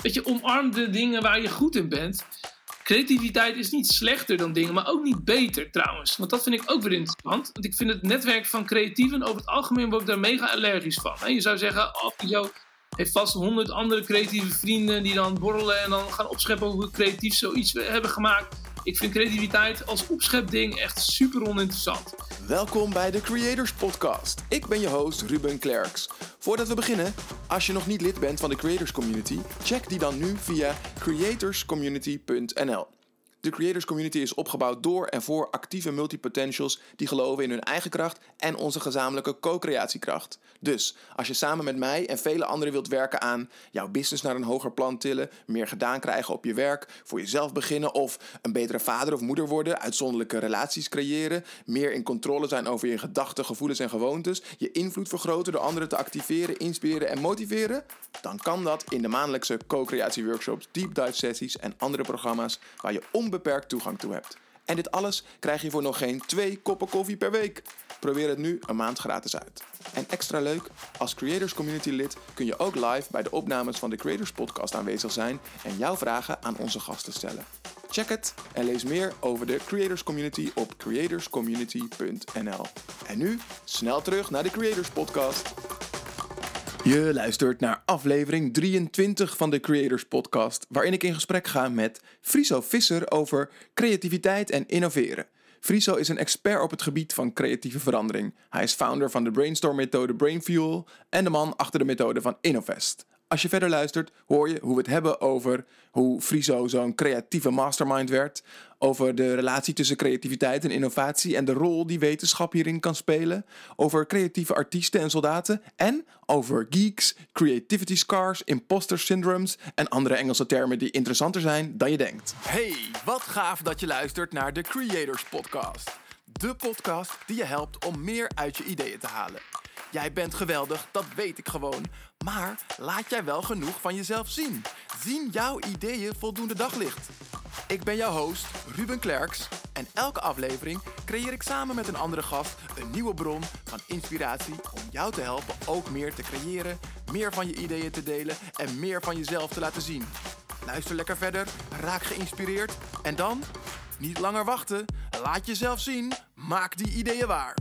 Weet je, omarm de dingen waar je goed in bent. Creativiteit is niet slechter dan dingen, maar ook niet beter trouwens. Want dat vind ik ook weer interessant. Want ik vind het netwerk van creatieven, over het algemeen word ik daar mega allergisch van. Je zou zeggen, Friso heeft vast 100 andere creatieve vrienden die dan borrelen en dan gaan opscheppen over hoe creatief zoiets hebben gemaakt. Ik vind creativiteit als opschepding echt super oninteressant. Welkom bij de Creators Podcast. Ik ben je host Ruben Klerks. Voordat we beginnen, als je nog niet lid bent van de Creators Community, check die dan nu via creatorscommunity.nl. De Creators Community is opgebouwd door en voor actieve multipotentials die geloven in hun eigen kracht en onze gezamenlijke co-creatiekracht. Dus als je samen met mij en vele anderen wilt werken aan jouw business naar een hoger plan tillen, meer gedaan krijgen op je werk, voor jezelf beginnen of een betere vader of moeder worden, uitzonderlijke relaties creëren, meer in controle zijn over je gedachten, gevoelens en gewoontes, je invloed vergroten door anderen te activeren, inspireren en motiveren, dan kan dat in de maandelijkse co-creatieworkshops, deep dive sessies en andere programma's waar je onbeperkt toegang toe hebt. En dit alles krijg je voor nog geen 2 koppen koffie per week. Probeer het nu een maand gratis uit. En extra leuk, als Creators Community lid kun je ook live bij de opnames van de Creators Podcast aanwezig zijn en jouw vragen aan onze gasten stellen. Check het en lees meer over de Creators Community op creatorscommunity.nl. En nu snel terug naar de Creators Podcast. Je luistert naar aflevering 23 van de Creators Podcast, waarin ik in gesprek ga met Friso Visser over creativiteit en innoveren. Friso is een expert op het gebied van creatieve verandering. Hij is founder van de brainstorm-methode Brainfuel en de man achter de methode van Innovest. Als je verder luistert, hoor je hoe we het hebben over hoe Friso zo'n creatieve mastermind werd, over de relatie tussen creativiteit en innovatie en de rol die wetenschap hierin kan spelen, over creatieve artiesten en soldaten en over geeks, creativity scars, imposter syndromes en andere Engelse termen die interessanter zijn dan je denkt. Hey, wat gaaf dat je luistert naar de Creators Podcast. De podcast die je helpt om meer uit je ideeën te halen. Jij bent geweldig, dat weet ik gewoon. Maar laat jij wel genoeg van jezelf zien? Zien jouw ideeën voldoende daglicht? Ik ben jouw host, Ruben Klerks. En elke aflevering creëer ik samen met een andere gast een nieuwe bron van inspiratie om jou te helpen ook meer te creëren, meer van je ideeën te delen en meer van jezelf te laten zien. Luister lekker verder, raak geïnspireerd en dan, niet langer wachten, laat jezelf zien, maak die ideeën waar.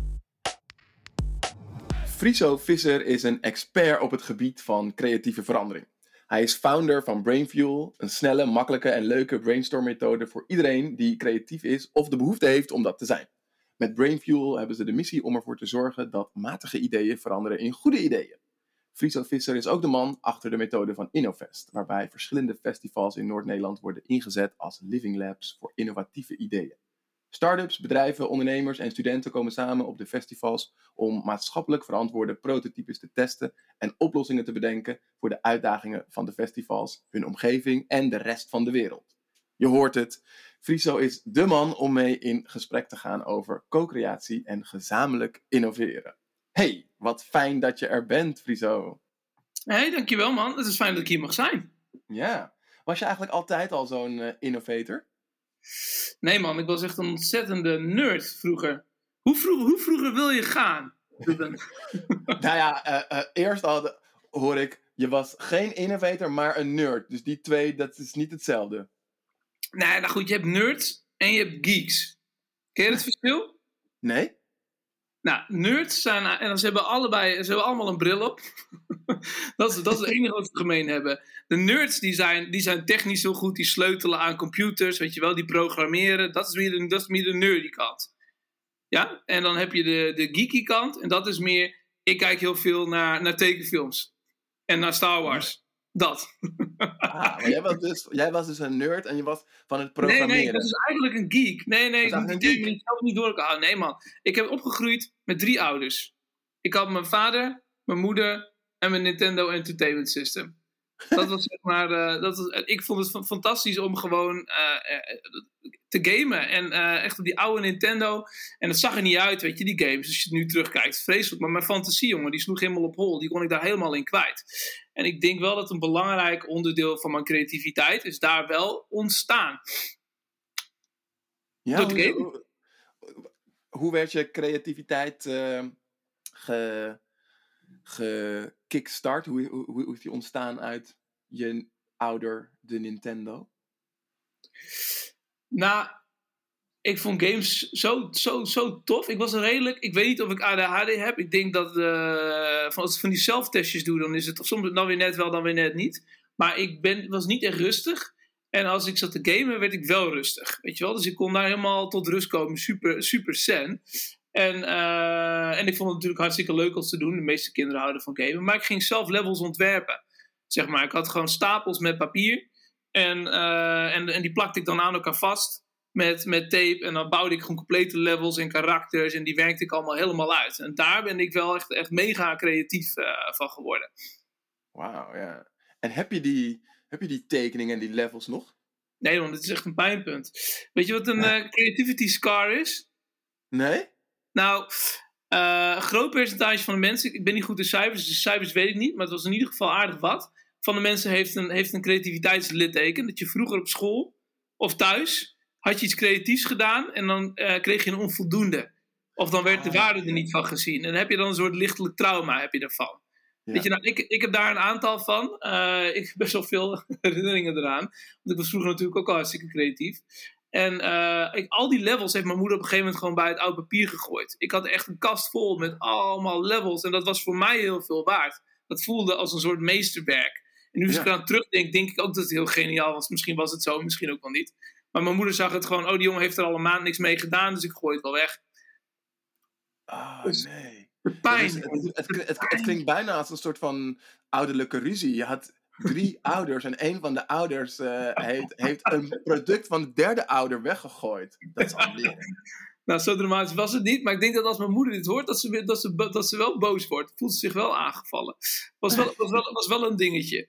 Friso Visser is een expert op het gebied van creatieve verandering. Hij is founder van Brainfuel, een snelle, makkelijke en leuke brainstorm-methode voor iedereen die creatief is of de behoefte heeft om dat te zijn. Met Brainfuel hebben ze de missie om ervoor te zorgen dat matige ideeën veranderen in goede ideeën. Friso Visser is ook de man achter de methode van Innovest, waarbij verschillende festivals in Noord-Nederland worden ingezet als living labs voor innovatieve ideeën. Startups, bedrijven, ondernemers en studenten komen samen op de festivals om maatschappelijk verantwoorde prototypes te testen en oplossingen te bedenken voor de uitdagingen van de festivals, hun omgeving en de rest van de wereld. Je hoort het, Friso is dé man om mee in gesprek te gaan over co-creatie en gezamenlijk innoveren. Hey, wat fijn dat je er bent, Friso. Hey, dankjewel man. Het is fijn dat ik hier mag zijn. Ja, was je eigenlijk altijd al zo'n innovator? Nee man, ik was echt een ontzettende nerd vroeger. Hoe vroeger wil je gaan? Nou ja, eerst al hoor ik, je was geen innovator, maar een nerd. Dus die twee, dat is niet hetzelfde. Nee, nou goed, je hebt nerds en je hebt geeks. Ken je het verschil? Nee? Nou, nerds zijn, en ze hebben allemaal een bril op. dat is het enige wat ze gemeen hebben. De nerds die zijn technisch heel goed, die sleutelen aan computers, weet je wel, die programmeren. Dat is meer de nerdy kant. Ja, en dan heb je de geeky kant, en dat is meer, ik kijk heel veel naar tekenfilms. En naar Star Wars. Dat. Maar jij was dus een nerd en je was van het programmeren. Nee, dat is eigenlijk een geek. Nee, die termen die zelf niet door elkaar. Nee man, ik heb opgegroeid met 3 ouders. Ik had mijn vader, mijn moeder en mijn Nintendo Entertainment System. Dat was zeg maar, ik vond het fantastisch om gewoon te gamen. En echt op die oude Nintendo. En dat zag er niet uit, weet je, die games. Als je het nu terugkijkt, vreselijk. Maar mijn fantasie, jongen, die sloeg helemaal op hol. Die kon ik daar helemaal in kwijt. En ik denk wel dat een belangrijk onderdeel van mijn creativiteit is daar wel ontstaan. Ja, hoe werd je creativiteit gekickstart? Hoe is die ontstaan uit je ouder de Nintendo? Nou, ik vond games zo tof. Ik weet niet of ik ADHD heb. Ik denk dat als ik van die zelftestjes doe, dan is het soms dan weer net wel, dan weer net niet. Maar ik was niet echt rustig. En als ik zat te gamen, werd ik wel rustig. Weet je wel? Dus ik kon daar helemaal tot rust komen. Super, super zen. En ik vond het natuurlijk hartstikke leuk om te doen. De meeste kinderen houden van gamen. Maar ik ging zelf levels ontwerpen. Zeg maar, ik had gewoon stapels met papier. En die plakte ik dan aan elkaar vast met tape. En dan bouwde ik gewoon complete levels en karakters. En die werkte ik allemaal helemaal uit. En daar ben ik wel echt mega creatief van geworden. Wauw, ja. En heb je die tekeningen en die levels nog? Nee, want het is echt een pijnpunt. Weet je wat een creativity scar is? Nee? Nou, een groot percentage van de mensen... Ik ben niet goed in cijfers, dus cijfers weet ik niet. Maar het was in ieder geval aardig wat. Van de mensen heeft een creativiteitslidteken. Dat je vroeger op school of thuis... had je iets creatiefs gedaan en dan kreeg je een onvoldoende. Of dan werd de waarde er niet van gezien. En dan heb je dan een soort lichtelijk trauma heb je daarvan. Ja. Weet je, nou, ik heb daar een aantal van. Ik heb best wel veel herinneringen eraan. Want ik was vroeger natuurlijk ook al hartstikke creatief. En al die levels heeft mijn moeder op een gegeven moment gewoon bij het oud papier gegooid. Ik had echt een kast vol met allemaal levels. En dat was voor mij heel veel waard. Dat voelde als een soort meesterwerk. En nu als ik eraan terugdenk, denk ik ook dat het heel geniaal was. Misschien was het zo, misschien ook wel niet. Maar mijn moeder zag het gewoon, die jongen heeft er al een maand niks mee gedaan, dus ik gooi het wel weg. Dus, nee. Pijn. Het klinkt bijna als een soort van ouderlijke ruzie. Je had 3 ouders en een van de ouders heeft een product van de derde ouder weggegooid. Dat is al leren. Nou, zo dramatisch was het niet, maar ik denk dat als mijn moeder dit hoort, dat ze wel boos wordt. Voelt ze zich wel aangevallen. Was wel een dingetje.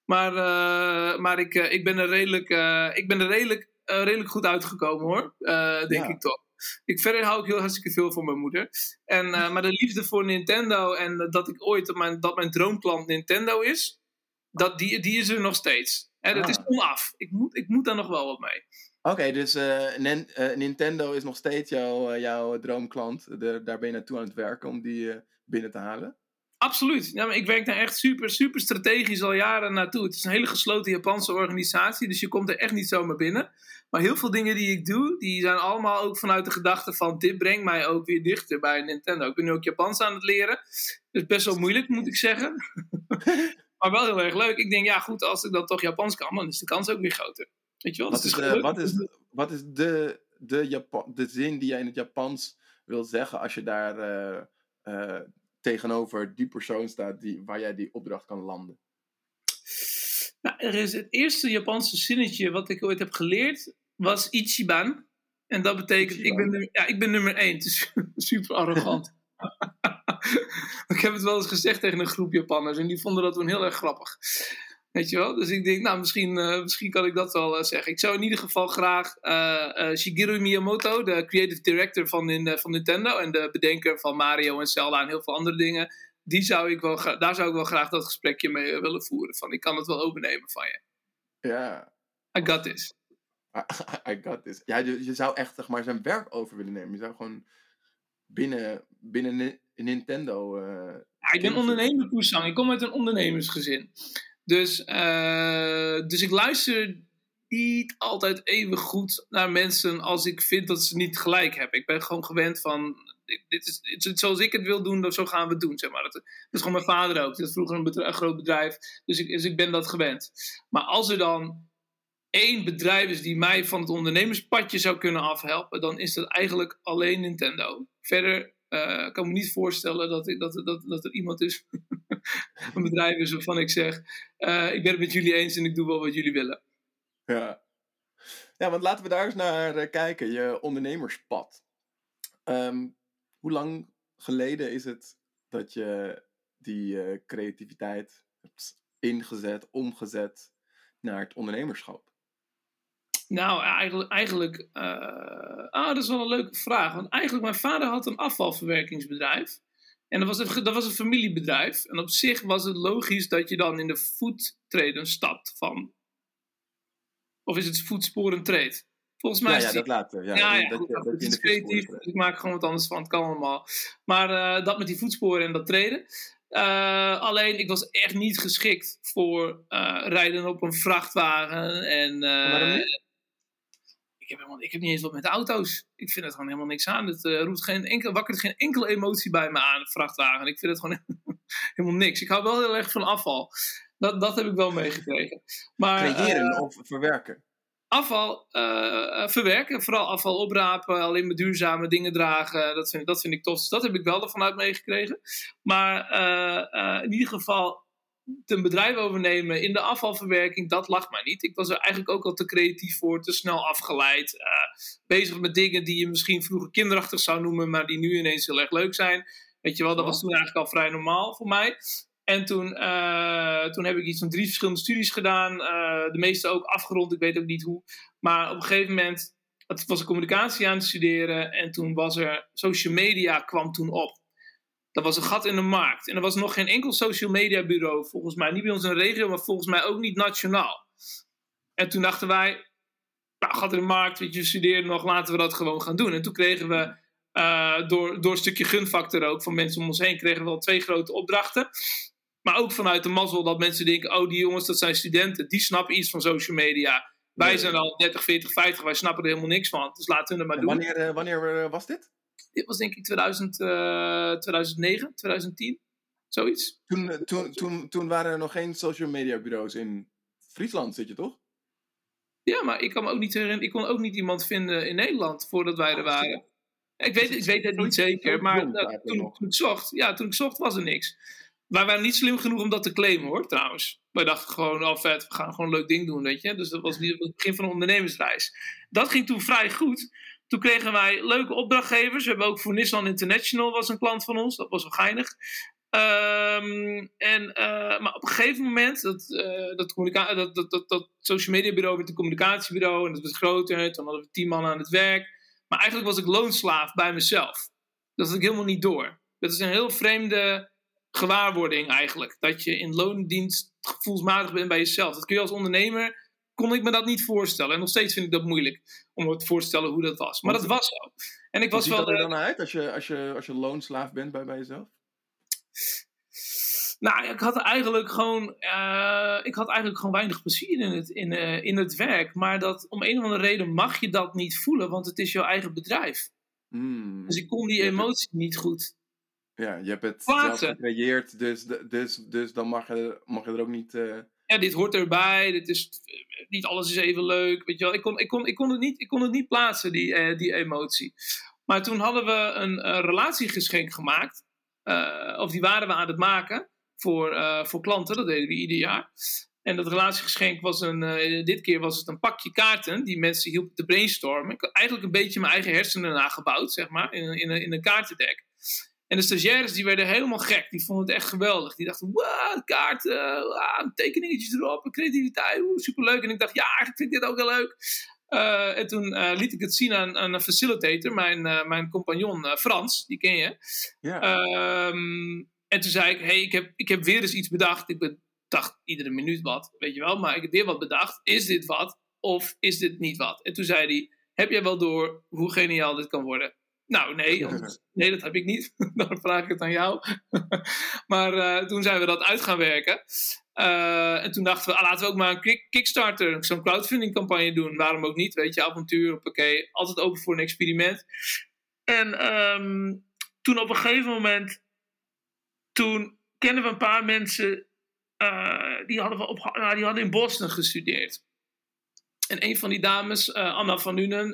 Maar ik ben er redelijk goed uitgekomen, hoor. Denk ik toch. Verder hou ik heel hartstikke veel van mijn moeder. Maar de liefde voor Nintendo en dat mijn droomklant Nintendo is, die is er nog steeds. Dat is onaf. Ik moet daar nog wel wat mee. Oké, dus Nintendo is nog steeds jouw droomklant. Daar ben je naartoe aan het werken om die binnen te halen? Absoluut. Ja, maar ik werk daar echt super, super strategisch al jaren naartoe. Het is een hele gesloten Japanse organisatie, dus je komt er echt niet zomaar binnen. Maar heel veel dingen die ik doe, die zijn allemaal ook vanuit de gedachte van dit brengt mij ook weer dichter bij Nintendo. Ik ben nu ook Japans aan het leren. Dat is best wel moeilijk, moet ik zeggen. Maar wel heel erg leuk. Ik denk, ja goed, als ik dan toch Japans kan, dan is de kans ook weer groter. Weet je wel? Wat is de zin die jij in het Japans wil zeggen als je daar tegenover die persoon staat waar jij die opdracht kan landen? Nou, het eerste Japanse zinnetje wat ik ooit heb geleerd was Ichiban. En dat betekent, ik ben nummer 1. Het is super arrogant. Ik heb het wel eens gezegd tegen een groep Japanners en die vonden dat toen heel erg grappig. Weet je wel? Dus ik denk, nou, misschien kan ik dat wel zeggen. Ik zou in ieder geval graag Shigeru Miyamoto, de creative director van Nintendo en de bedenker van Mario en Zelda en heel veel andere dingen, daar zou ik wel graag dat gesprekje mee willen voeren. Van, ik kan het wel overnemen van je. Ja. I got this. I got this. Ja, je zou echt zeg maar zijn werk over willen nemen. Je zou gewoon binnen Nintendo... ik ben ondernemer, Poesang. Ik kom uit een ondernemersgezin. Dus ik luister niet altijd even goed naar mensen als ik vind dat ze niet gelijk hebben. Ik ben gewoon gewend van, dit is zoals ik het wil doen, zo gaan we het doen. Zeg maar. Dat is gewoon mijn vader ook. Dat is vroeger een groot bedrijf. Dus ik ben dat gewend. Maar als er dan 1 bedrijf is die mij van het ondernemerspadje zou kunnen afhelpen, dan is dat eigenlijk alleen Nintendo. Verder kan me niet voorstellen dat er iemand is, een bedrijf is waarvan ik zeg, ik ben het met jullie eens en ik doe wel wat jullie willen. Ja, want laten we daar eens naar kijken, je ondernemerspad. Hoe lang geleden is het dat je die creativiteit hebt omgezet naar het ondernemerschap? Nou, eigenlijk dat is wel een leuke vraag. Want eigenlijk, mijn vader had een afvalverwerkingsbedrijf. En dat was een familiebedrijf. En op zich was het logisch dat je dan in de foodtrade stapt van... Of is het voetsporen trade? Volgens mij dat later. Het is creatief. Ik maak gewoon wat anders van. Het kan allemaal. Maar dat met die voetsporen en dat treden. Alleen, ik was echt niet geschikt voor rijden op een vrachtwagen. En, Waarom niet? Ik heb niet eens wat met auto's. Ik vind het gewoon helemaal niks aan. Het wakkert geen enkele emotie bij me aan, een vrachtwagen. Ik vind het gewoon helemaal niks. Ik hou wel heel erg van afval. Dat heb ik wel meegekregen. Maar, creëren of verwerken? Afval verwerken, vooral afval oprapen, alleen maar duurzame dingen dragen, dat vind ik tof. Dus dat heb ik wel ervan uit meegekregen. Maar in ieder geval een bedrijf overnemen in de afvalverwerking, dat lag mij niet. Ik was er eigenlijk ook al te creatief voor, te snel afgeleid. Bezig met dingen die je misschien vroeger kinderachtig zou noemen, maar die nu ineens heel erg leuk zijn. Weet je wel, dat was toen eigenlijk al vrij normaal voor mij. En toen heb ik iets van 3 verschillende studies gedaan. De meeste ook afgerond, ik weet ook niet hoe. Maar op een gegeven moment was ik communicatie aan het studeren. En toen was er, social media kwam toen op. Dat was een gat in de markt. En er was nog geen enkel social media bureau, volgens mij. Niet bij ons in de regio, maar volgens mij ook niet nationaal. En toen dachten wij, nou, gat in de markt, weet je, we studeerden nog, laten we dat gewoon gaan doen. En toen kregen we, door een stukje gunfactor ook van mensen om ons heen, kregen we wel 2 grote opdrachten. Maar ook vanuit de mazzel dat mensen denken, oh, die jongens, dat zijn studenten, die snappen iets van social media. Wij zijn al 30, 40, 50, wij snappen er helemaal niks van. Dus laten we het maar doen. Wanneer was dit? Dit was denk ik 2009, 2010, zoiets. Toen waren er nog geen social media bureaus in Friesland, zit je toch? Ja, maar ik kan me ook niet herinneren, ik kon ook niet iemand vinden in Nederland voordat wij er waren. Ik weet het niet zeker, maar toen ik zocht was er niks. Wij waren niet slim genoeg om dat te claimen, hoor, trouwens. Wij dachten gewoon, oh vet, we gaan gewoon een leuk ding doen, weet je. Dus dat was niet het begin van een ondernemersreis. Dat ging toen vrij goed. Toen kregen wij leuke opdrachtgevers. We hebben ook voor Nissan International was een klant van ons. Dat was wel geinig. Maar op een gegeven moment, dat social media bureau werd een communicatiebureau. En dat werd groter. Toen hadden we 10 man aan het werk. Maar eigenlijk was ik loonslaaf bij mezelf. Dat had ik helemaal niet door. Dat is een heel vreemde gewaarwording eigenlijk. Dat je in loondienst gevoelsmatig bent bij jezelf. Dat kun je als ondernemer, kon ik me dat niet voorstellen. En nog steeds vind ik dat moeilijk om me te voorstellen hoe dat was. Maar dat was zo. En ik was ziet wel, dat er dan uit als je loonslaaf bent bij jezelf? Nou, ik had eigenlijk gewoon weinig plezier in het werk. Maar om een of andere reden mag je dat niet voelen, want het is jouw eigen bedrijf. Dus ik kon die emotie niet goed. Ja, je hebt het zelf gecreëerd, dus dan mag je er ook niet... Ja, dit hoort erbij, niet alles is even leuk, weet je wel. Ik kon het niet plaatsen, die emotie. Maar toen hadden we een relatiegeschenk gemaakt. Of die waren we aan het maken voor klanten, dat deden we ieder jaar. En dat relatiegeschenk was dit keer was het een pakje kaarten die mensen hielpen te brainstormen. Ik had eigenlijk een beetje mijn eigen hersenen nagebouwd, zeg maar, in een kaartendek. En de stagiaires die werden helemaal gek. Die vonden het echt geweldig. Die dachten, wow, kaarten, tekeningetjes erop, creativiteit, superleuk. En ik dacht, ja, eigenlijk vind ik dit ook heel leuk. En toen liet ik het zien aan een facilitator, mijn compagnon Frans, die ken je. Ja. En toen zei ik, hey, ik heb weer eens iets bedacht. Ik bedacht iedere minuut wat, weet je wel. Maar ik heb weer wat bedacht. Is dit wat of is dit niet wat? En toen zei hij, heb jij wel door hoe geniaal dit kan worden? Nou, nee, dat heb ik niet. Dan vraag ik het aan jou. Maar toen zijn we dat uit gaan werken. En toen dachten we, laten we ook maar een Kickstarter, zo'n crowdfunding campagne doen. Waarom ook niet, weet je, avontuur, oké, altijd open voor een experiment. En toen op een gegeven moment, toen kennen we een paar mensen, die hadden in Boston gestudeerd. En een van die dames, Anna van Nuenen,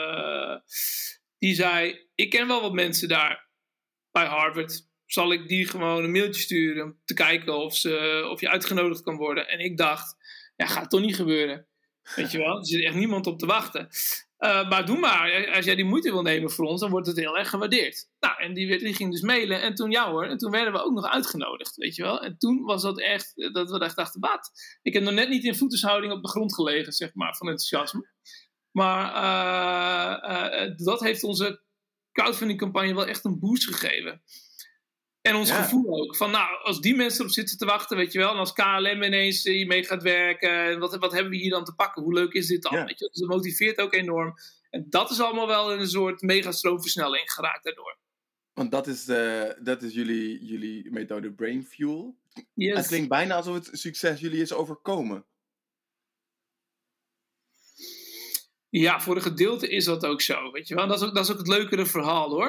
die zei, ik ken wel wat mensen daar bij Harvard. Zal ik die gewoon een mailtje sturen om te kijken of je uitgenodigd kan worden? En ik dacht, ja, gaat toch niet gebeuren. Weet je wel, er zit echt niemand op te wachten. Maar doe maar, als jij die moeite wil nemen voor ons, dan wordt het heel erg gewaardeerd. Nou, en die ging dus mailen en toen en toen werden we ook nog uitgenodigd, weet je wel. En toen was dat echt, dat we echt dachten, wat? Ik heb nog net niet in voetenshouding op de grond gelegen, zeg maar, van enthousiasme. Maar dat heeft onze crowdfunding campagne wel echt een boost gegeven. En ons gevoel ook. Van nou, als die mensen erop zitten te wachten, weet je wel. En als KLM ineens hiermee gaat werken. Wat hebben we hier dan te pakken? Hoe leuk is dit dan? Ja. Weet je? Dus dat motiveert ook enorm. En dat is allemaal wel in een soort megastroomversnelling geraakt daardoor. Want dat is jullie methode Brain Fuel. Yes. Het klinkt bijna alsof het succes jullie is overkomen. Ja, voor een gedeelte is dat ook zo, weet je wel. Dat is ook het leukere verhaal, hoor.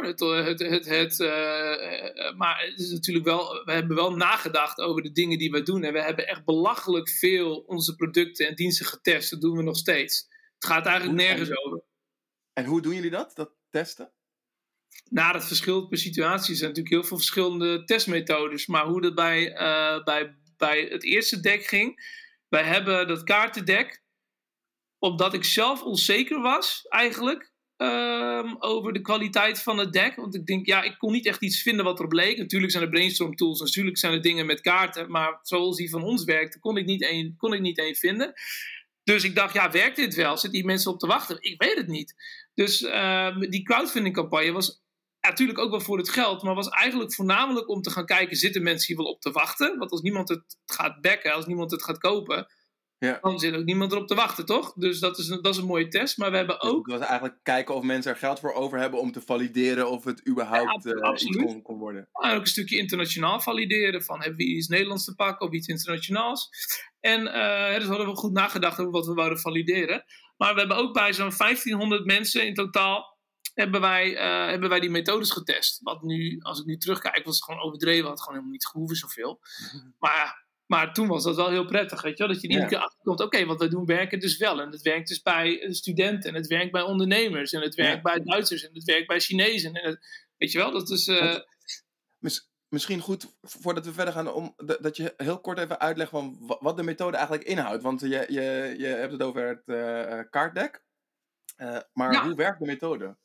Maar het is natuurlijk wel, we hebben wel nagedacht over de dingen die we doen. En we hebben echt belachelijk veel onze producten en diensten getest. Dat doen we nog steeds. Het gaat eigenlijk nergens over. En hoe doen jullie dat testen? Nou, dat verschilt per situatie. Er zijn natuurlijk heel veel verschillende testmethodes. Maar hoe dat bij het eerste deck ging. Wij hebben dat kaartendek, omdat ik zelf onzeker was, eigenlijk, over de kwaliteit van het deck. Want ik denk, ik kon niet echt iets vinden wat erop leek. Natuurlijk zijn er brainstorm tools, natuurlijk zijn er dingen met kaarten. Maar zoals die van ons werkte, kon ik niet één vinden. Dus ik dacht, werkt dit wel? Zitten die mensen op te wachten? Ik weet het niet. Dus die crowdfunding campagne was natuurlijk ook wel voor het geld, maar was eigenlijk voornamelijk om te gaan kijken, zitten mensen hier wel op te wachten? Want als niemand het gaat backen, als niemand het gaat kopen, dan zit ook niemand erop te wachten, toch? Dus dat is een mooie test. Maar we hebben ook... Dus het was eigenlijk kijken of mensen er geld voor over hebben om te valideren of het überhaupt iets kon worden. En ook een stukje internationaal valideren. Van, hebben we iets Nederlands te pakken of iets internationaals? En dus hadden we goed nagedacht over wat we wouden valideren. Maar we hebben ook bij zo'n 1500 mensen in totaal hebben wij die methodes getest. Wat nu, als ik nu terugkijk, was het gewoon overdreven. Had gewoon helemaal niet gehoeven zoveel. Maar toen was dat wel heel prettig, weet je wel? Dat je iedere keer achterkomt, oké, wat wij doen werken dus wel. En het werkt dus bij studenten, en het werkt bij ondernemers, en het werkt bij Duitsers, en het werkt bij Chinezen. En weet je wel, dat is... Misschien goed, voordat we verder gaan, dat je heel kort even uitlegt van wat de methode eigenlijk inhoudt. Want je hebt het over het kaartdek. Maar hoe werkt de methode?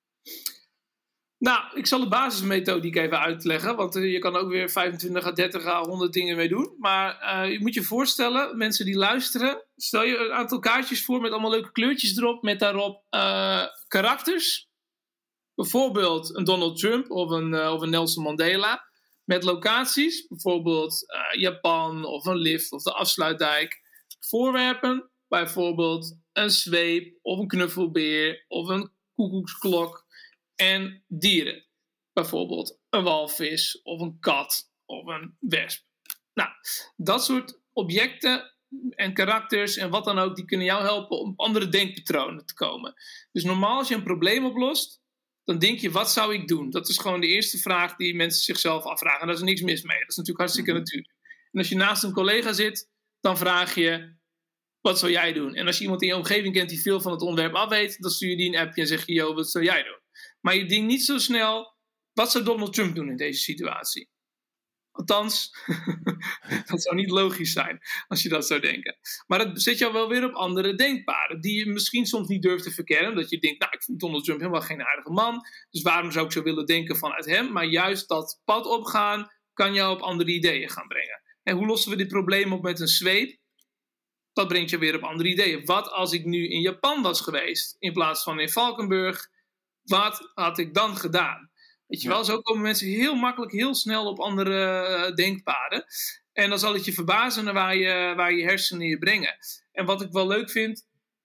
Nou, ik zal de basismethodiek even uitleggen, want je kan ook weer 25 à 30 à 100 dingen mee doen. Maar je moet je voorstellen, mensen die luisteren, stel je een aantal kaartjes voor met allemaal leuke kleurtjes erop, met daarop karakters. Bijvoorbeeld een Donald Trump of een Nelson Mandela. Met locaties, bijvoorbeeld Japan of een lift of de afsluitdijk. Voorwerpen, bijvoorbeeld een zweep of een knuffelbeer of een koekoeksklok. En dieren, bijvoorbeeld een walvis of een kat of een wesp. Nou, dat soort objecten en karakters en wat dan ook, die kunnen jou helpen om op andere denkpatronen te komen. Dus normaal als je een probleem oplost, dan denk je, wat zou ik doen? Dat is gewoon de eerste vraag die mensen zichzelf afvragen. En daar is niks mis mee. Dat is natuurlijk hartstikke natuurlijk. En als je naast een collega zit, dan vraag je, wat zou jij doen? En als je iemand in je omgeving kent die veel van het onderwerp af weet, dan stuur je die een appje en zeg je, yo, wat zou jij doen? Maar je denkt niet zo snel, wat zou Donald Trump doen in deze situatie? Althans, dat zou niet logisch zijn als je dat zou denken. Maar dat zet jou wel weer op andere denkpaden, die je misschien soms niet durft te verkennen. Dat je denkt, nou, ik vind Donald Trump helemaal geen aardige man, dus waarom zou ik zo willen denken vanuit hem? Maar juist dat pad opgaan kan jou op andere ideeën gaan brengen. En hoe lossen we dit probleem op met een zweep? Dat brengt je weer op andere ideeën. Wat als ik nu in Japan was geweest, in plaats van in Valkenburg? Wat had ik dan gedaan? Weet je wel, zo komen mensen heel makkelijk, heel snel op andere denkpaden. En dan zal het je verbazen naar waar je hersenen je brengen. En wat ik wel leuk vind,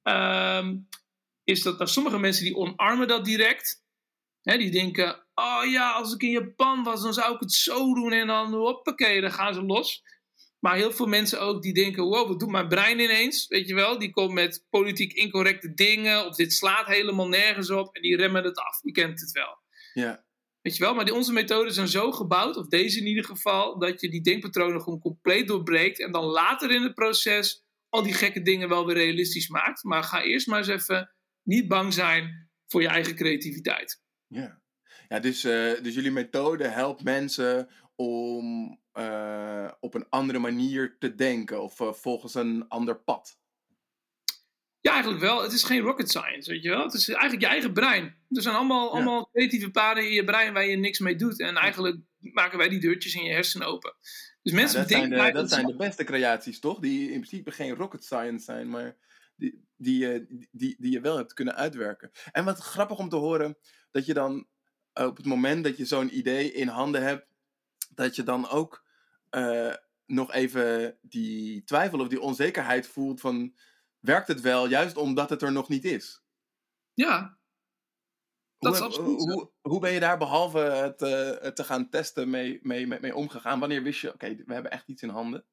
is dat sommige mensen die omarmen dat direct. Hè, die denken, oh ja, als ik in Japan was, dan zou ik het zo doen. En dan, hoppakee, dan gaan ze los. Maar heel veel mensen ook die denken, wow, wat doet mijn brein ineens? Weet je wel, die komt met politiek incorrecte dingen. Of dit slaat helemaal nergens op. En die remmen het af. Je kent het wel. Ja. Weet je wel, maar onze methoden zijn zo gebouwd, of deze in ieder geval, dat je die denkpatronen gewoon compleet doorbreekt. En dan later in het proces al die gekke dingen wel weer realistisch maakt. Maar ga eerst maar eens even niet bang zijn voor je eigen creativiteit. Ja, dus jullie methode helpt mensen om op een andere manier te denken of volgens een ander pad. Ja, eigenlijk wel. Het is geen rocket science, weet je wel. Het is eigenlijk je eigen brein. Er zijn allemaal creatieve paden in je brein waar je niks mee doet. En eigenlijk maken wij die deurtjes in je hersenen open. Dus mensen bedenken... Dat zijn de beste creaties, toch? Die in principe geen rocket science zijn, maar die je wel hebt kunnen uitwerken. En wat grappig om te horen, dat je dan op het moment dat je zo'n idee in handen hebt, dat je dan ook nog even die twijfel of die onzekerheid voelt van, werkt het wel, juist omdat het er nog niet is? Ja. Dat is absoluut zo. Hoe ben je daar behalve het te gaan testen mee omgegaan? Wanneer wist je, oké, we hebben echt iets in handen?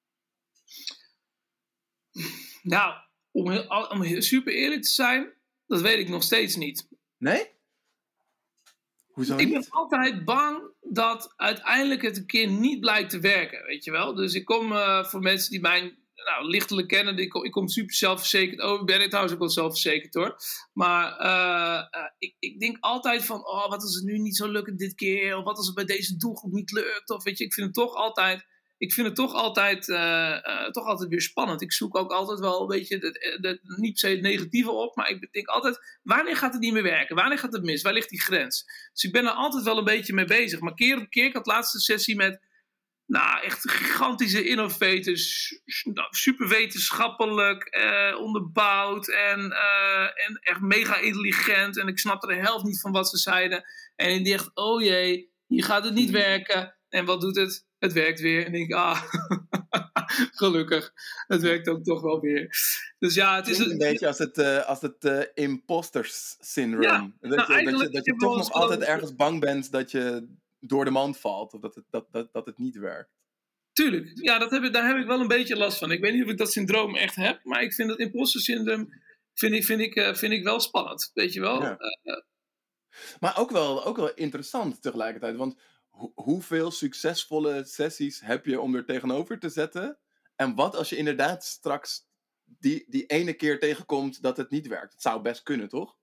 Nou, om super eerlijk te zijn, dat weet ik nog steeds niet. Nee? Hoezo Ik ben niet? altijd bang dat uiteindelijk het een keer niet blijkt te werken, weet je wel. Dus ik kom voor mensen die mij lichtelijk kennen, ik kom super zelfverzekerd over. Ben ik trouwens ook wel zelfverzekerd hoor. Maar ik denk altijd van, oh, wat als het nu niet zo lukt dit keer? Of wat als het bij deze doelgroep niet lukt? Of weet je, ik vind het toch altijd weer spannend. Ik zoek ook altijd wel een beetje niet per se het negatieve op, maar ik denk altijd, wanneer gaat het niet meer werken? Wanneer gaat het mis? Waar ligt die grens? Dus ik ben er altijd wel een beetje mee bezig. Maar keer op keer, ik had de laatste sessie met echt gigantische innovators, super wetenschappelijk onderbouwd en echt mega intelligent. En ik snapte de helft niet van wat ze zeiden. En ik dacht, oh jee, hier gaat het niet werken. En wat doet het? Het werkt weer. En ik denk, gelukkig. Het werkt ook toch wel weer. Dus ja, het is een beetje als het imposters syndrome. Ja, dat je toch nog altijd ergens bang bent dat je door de mand valt. Of dat het niet werkt. Tuurlijk. Ja, daar heb ik wel een beetje last van. Ik weet niet of ik dat syndroom echt heb. Maar ik vind dat imposter syndroom vind ik wel spannend. Weet je wel? Ja. Maar ook wel interessant tegelijkertijd. Want hoeveel succesvolle sessies heb je om er tegenover te zetten? En wat als je inderdaad straks die ene keer tegenkomt dat het niet werkt? Het zou best kunnen, toch?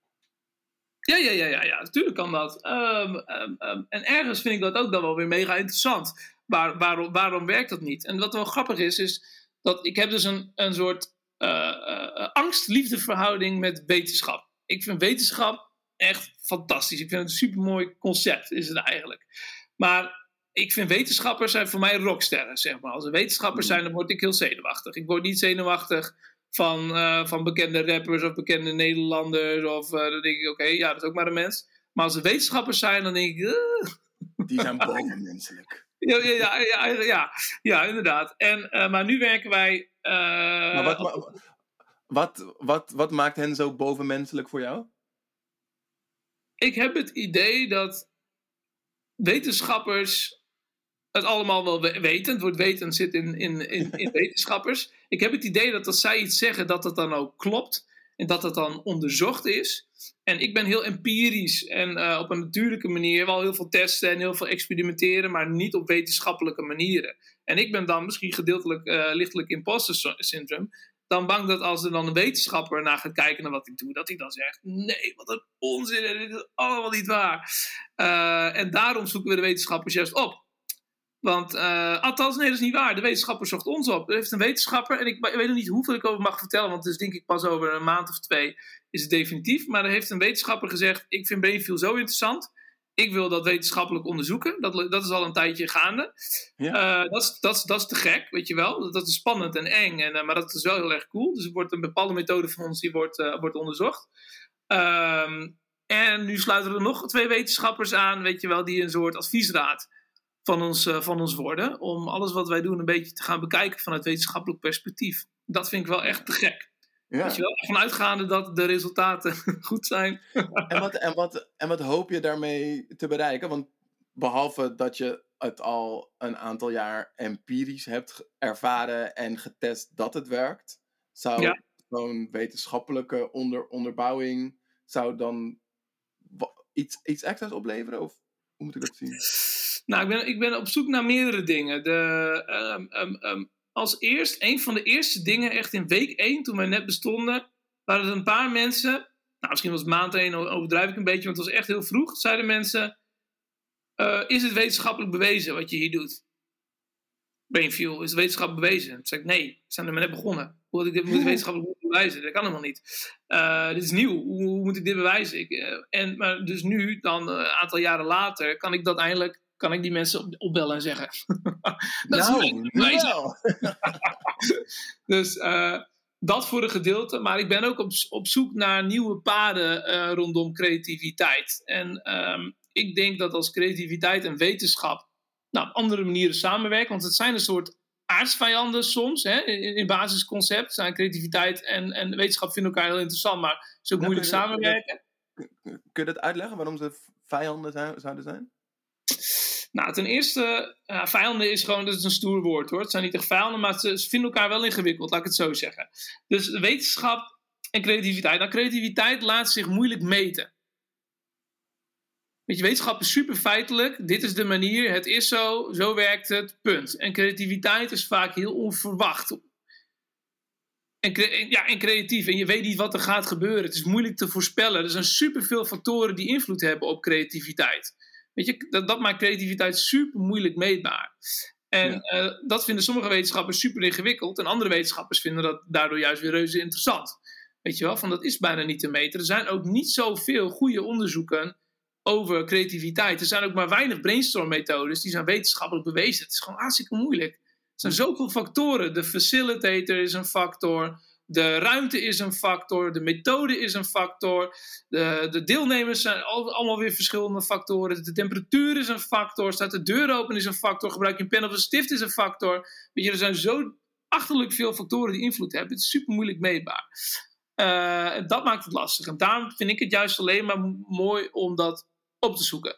Ja, natuurlijk kan dat. En ergens vind ik dat ook dan wel weer mega interessant. Waarom werkt dat niet? En wat wel grappig is dat ik heb dus een soort angst-liefdeverhouding met wetenschap. Ik vind wetenschap echt fantastisch. Ik vind het een supermooi concept, is het eigenlijk. Maar ik vind wetenschappers zijn voor mij rocksterren, zeg maar. Als er wetenschappers zijn, dan word ik heel zenuwachtig. Ik word niet zenuwachtig van bekende rappers of bekende Nederlanders. Of dan denk ik, oké, ja, dat is ook maar een mens. Maar als er wetenschappers zijn, dan denk ik... Die zijn bovenmenselijk. Ja, inderdaad. Maar nu werken wij... Maar wat maakt hen zo bovenmenselijk voor jou? Ik heb het idee dat wetenschappers het allemaal wel weten. Het woord weten zit in wetenschappers. Ik heb het idee dat als zij iets zeggen, dat het dan ook klopt. En dat het dan onderzocht is. En ik ben heel empirisch en op een natuurlijke manier wel heel veel testen en heel veel experimenteren, maar niet op wetenschappelijke manieren. En ik ben dan misschien gedeeltelijk lichtelijk imposter syndrome. Dan bang dat als er dan een wetenschapper naar gaat kijken naar wat ik doe, dat hij dan zegt, nee, wat een onzin, en dit is allemaal niet waar. En daarom zoeken we de wetenschappers juist op. Want, althans, nee, dat is niet waar. De wetenschapper zocht ons op. Er heeft een wetenschapper, en ik weet nog niet hoeveel ik over mag vertellen, want het is denk ik pas over een maand of 2 is het definitief. Maar er heeft een wetenschapper gezegd, ik vind Brainfuel zo interessant. Ik wil dat wetenschappelijk onderzoeken. Dat is al een tijdje gaande. Ja. Dat is te gek, weet je wel. Dat is spannend en eng, maar dat is wel heel erg cool. Dus er wordt een bepaalde methode van ons die wordt onderzocht. En nu sluiten er nog 2 wetenschappers aan, weet je wel, die een soort adviesraad van ons worden. Om alles wat wij doen een beetje te gaan bekijken vanuit wetenschappelijk perspectief. Dat vind ik wel echt te gek. Ja. Weet je wel? Vanuitgaande dat de resultaten goed zijn. En wat hoop je daarmee te bereiken? Want behalve dat je het al een aantal jaar empirisch hebt ervaren en getest dat het werkt, zou zo'n wetenschappelijke onderbouwing zou dan iets extra's opleveren? Of hoe moet ik dat zien? Nou, ik ben op zoek naar meerdere dingen. Als eerst, een van de eerste dingen, echt in week 1, toen wij net bestonden, waren er een paar mensen, nou misschien was het maand 1, overdrijf ik een beetje, want het was echt heel vroeg, zeiden mensen, is het wetenschappelijk bewezen wat je hier doet? Brainfuel, is het wetenschappelijk bewezen? Toen zei ik, nee, we zijn er maar net begonnen. Hoe moet ik dit wetenschappelijk bewijzen? Dat kan helemaal niet. Dit is nieuw, hoe moet ik dit bewijzen? Maar dus nu, dan een aantal jaren later, kan ik die mensen opbellen en zeggen. Dat is wel. Dus dat voor een gedeelte. Maar ik ben ook op zoek naar nieuwe paden rondom creativiteit. En ik denk dat als creativiteit en wetenschap op andere manieren samenwerken. Want het zijn een soort aardsvijanden soms. Hè, in basisconcept zijn creativiteit en wetenschap vinden elkaar heel interessant. Maar het is ook moeilijk samenwerken. Kun je dat uitleggen waarom ze vijanden zouden zijn? Nou, ten eerste, vijanden is gewoon, dat is een stoer woord hoor. Het zijn niet echt vijanden, maar ze vinden elkaar wel ingewikkeld, laat ik het zo zeggen. Dus wetenschap en creativiteit. Nou, creativiteit laat zich moeilijk meten. Weet je, wetenschap is super feitelijk. Dit is de manier, het is zo werkt het, punt. En creativiteit is vaak heel onverwacht. En creatief. En je weet niet wat er gaat gebeuren. Het is moeilijk te voorspellen. Er zijn superveel factoren die invloed hebben op creativiteit. Weet je, dat maakt creativiteit super moeilijk meetbaar. En dat vinden sommige wetenschappers super ingewikkeld. En andere wetenschappers vinden dat daardoor juist weer reuze interessant. Weet je wel, van dat is bijna niet te meten. Er zijn ook niet zoveel goede onderzoeken over creativiteit. Er zijn ook maar weinig brainstorm-methodes. Die zijn wetenschappelijk bewezen. Het is gewoon hartstikke moeilijk. Er zijn zoveel factoren. De facilitator is een factor. De ruimte is een factor. De methode is een factor. De deelnemers zijn allemaal weer verschillende factoren. De temperatuur is een factor. Staat de deur open is een factor. Gebruik je een pen of een stift is een factor. Weet je, er zijn zo achterlijk veel factoren die invloed hebben. Het is super moeilijk meetbaar. Dat maakt het lastig. En daarom vind ik het juist alleen maar mooi om dat op te zoeken.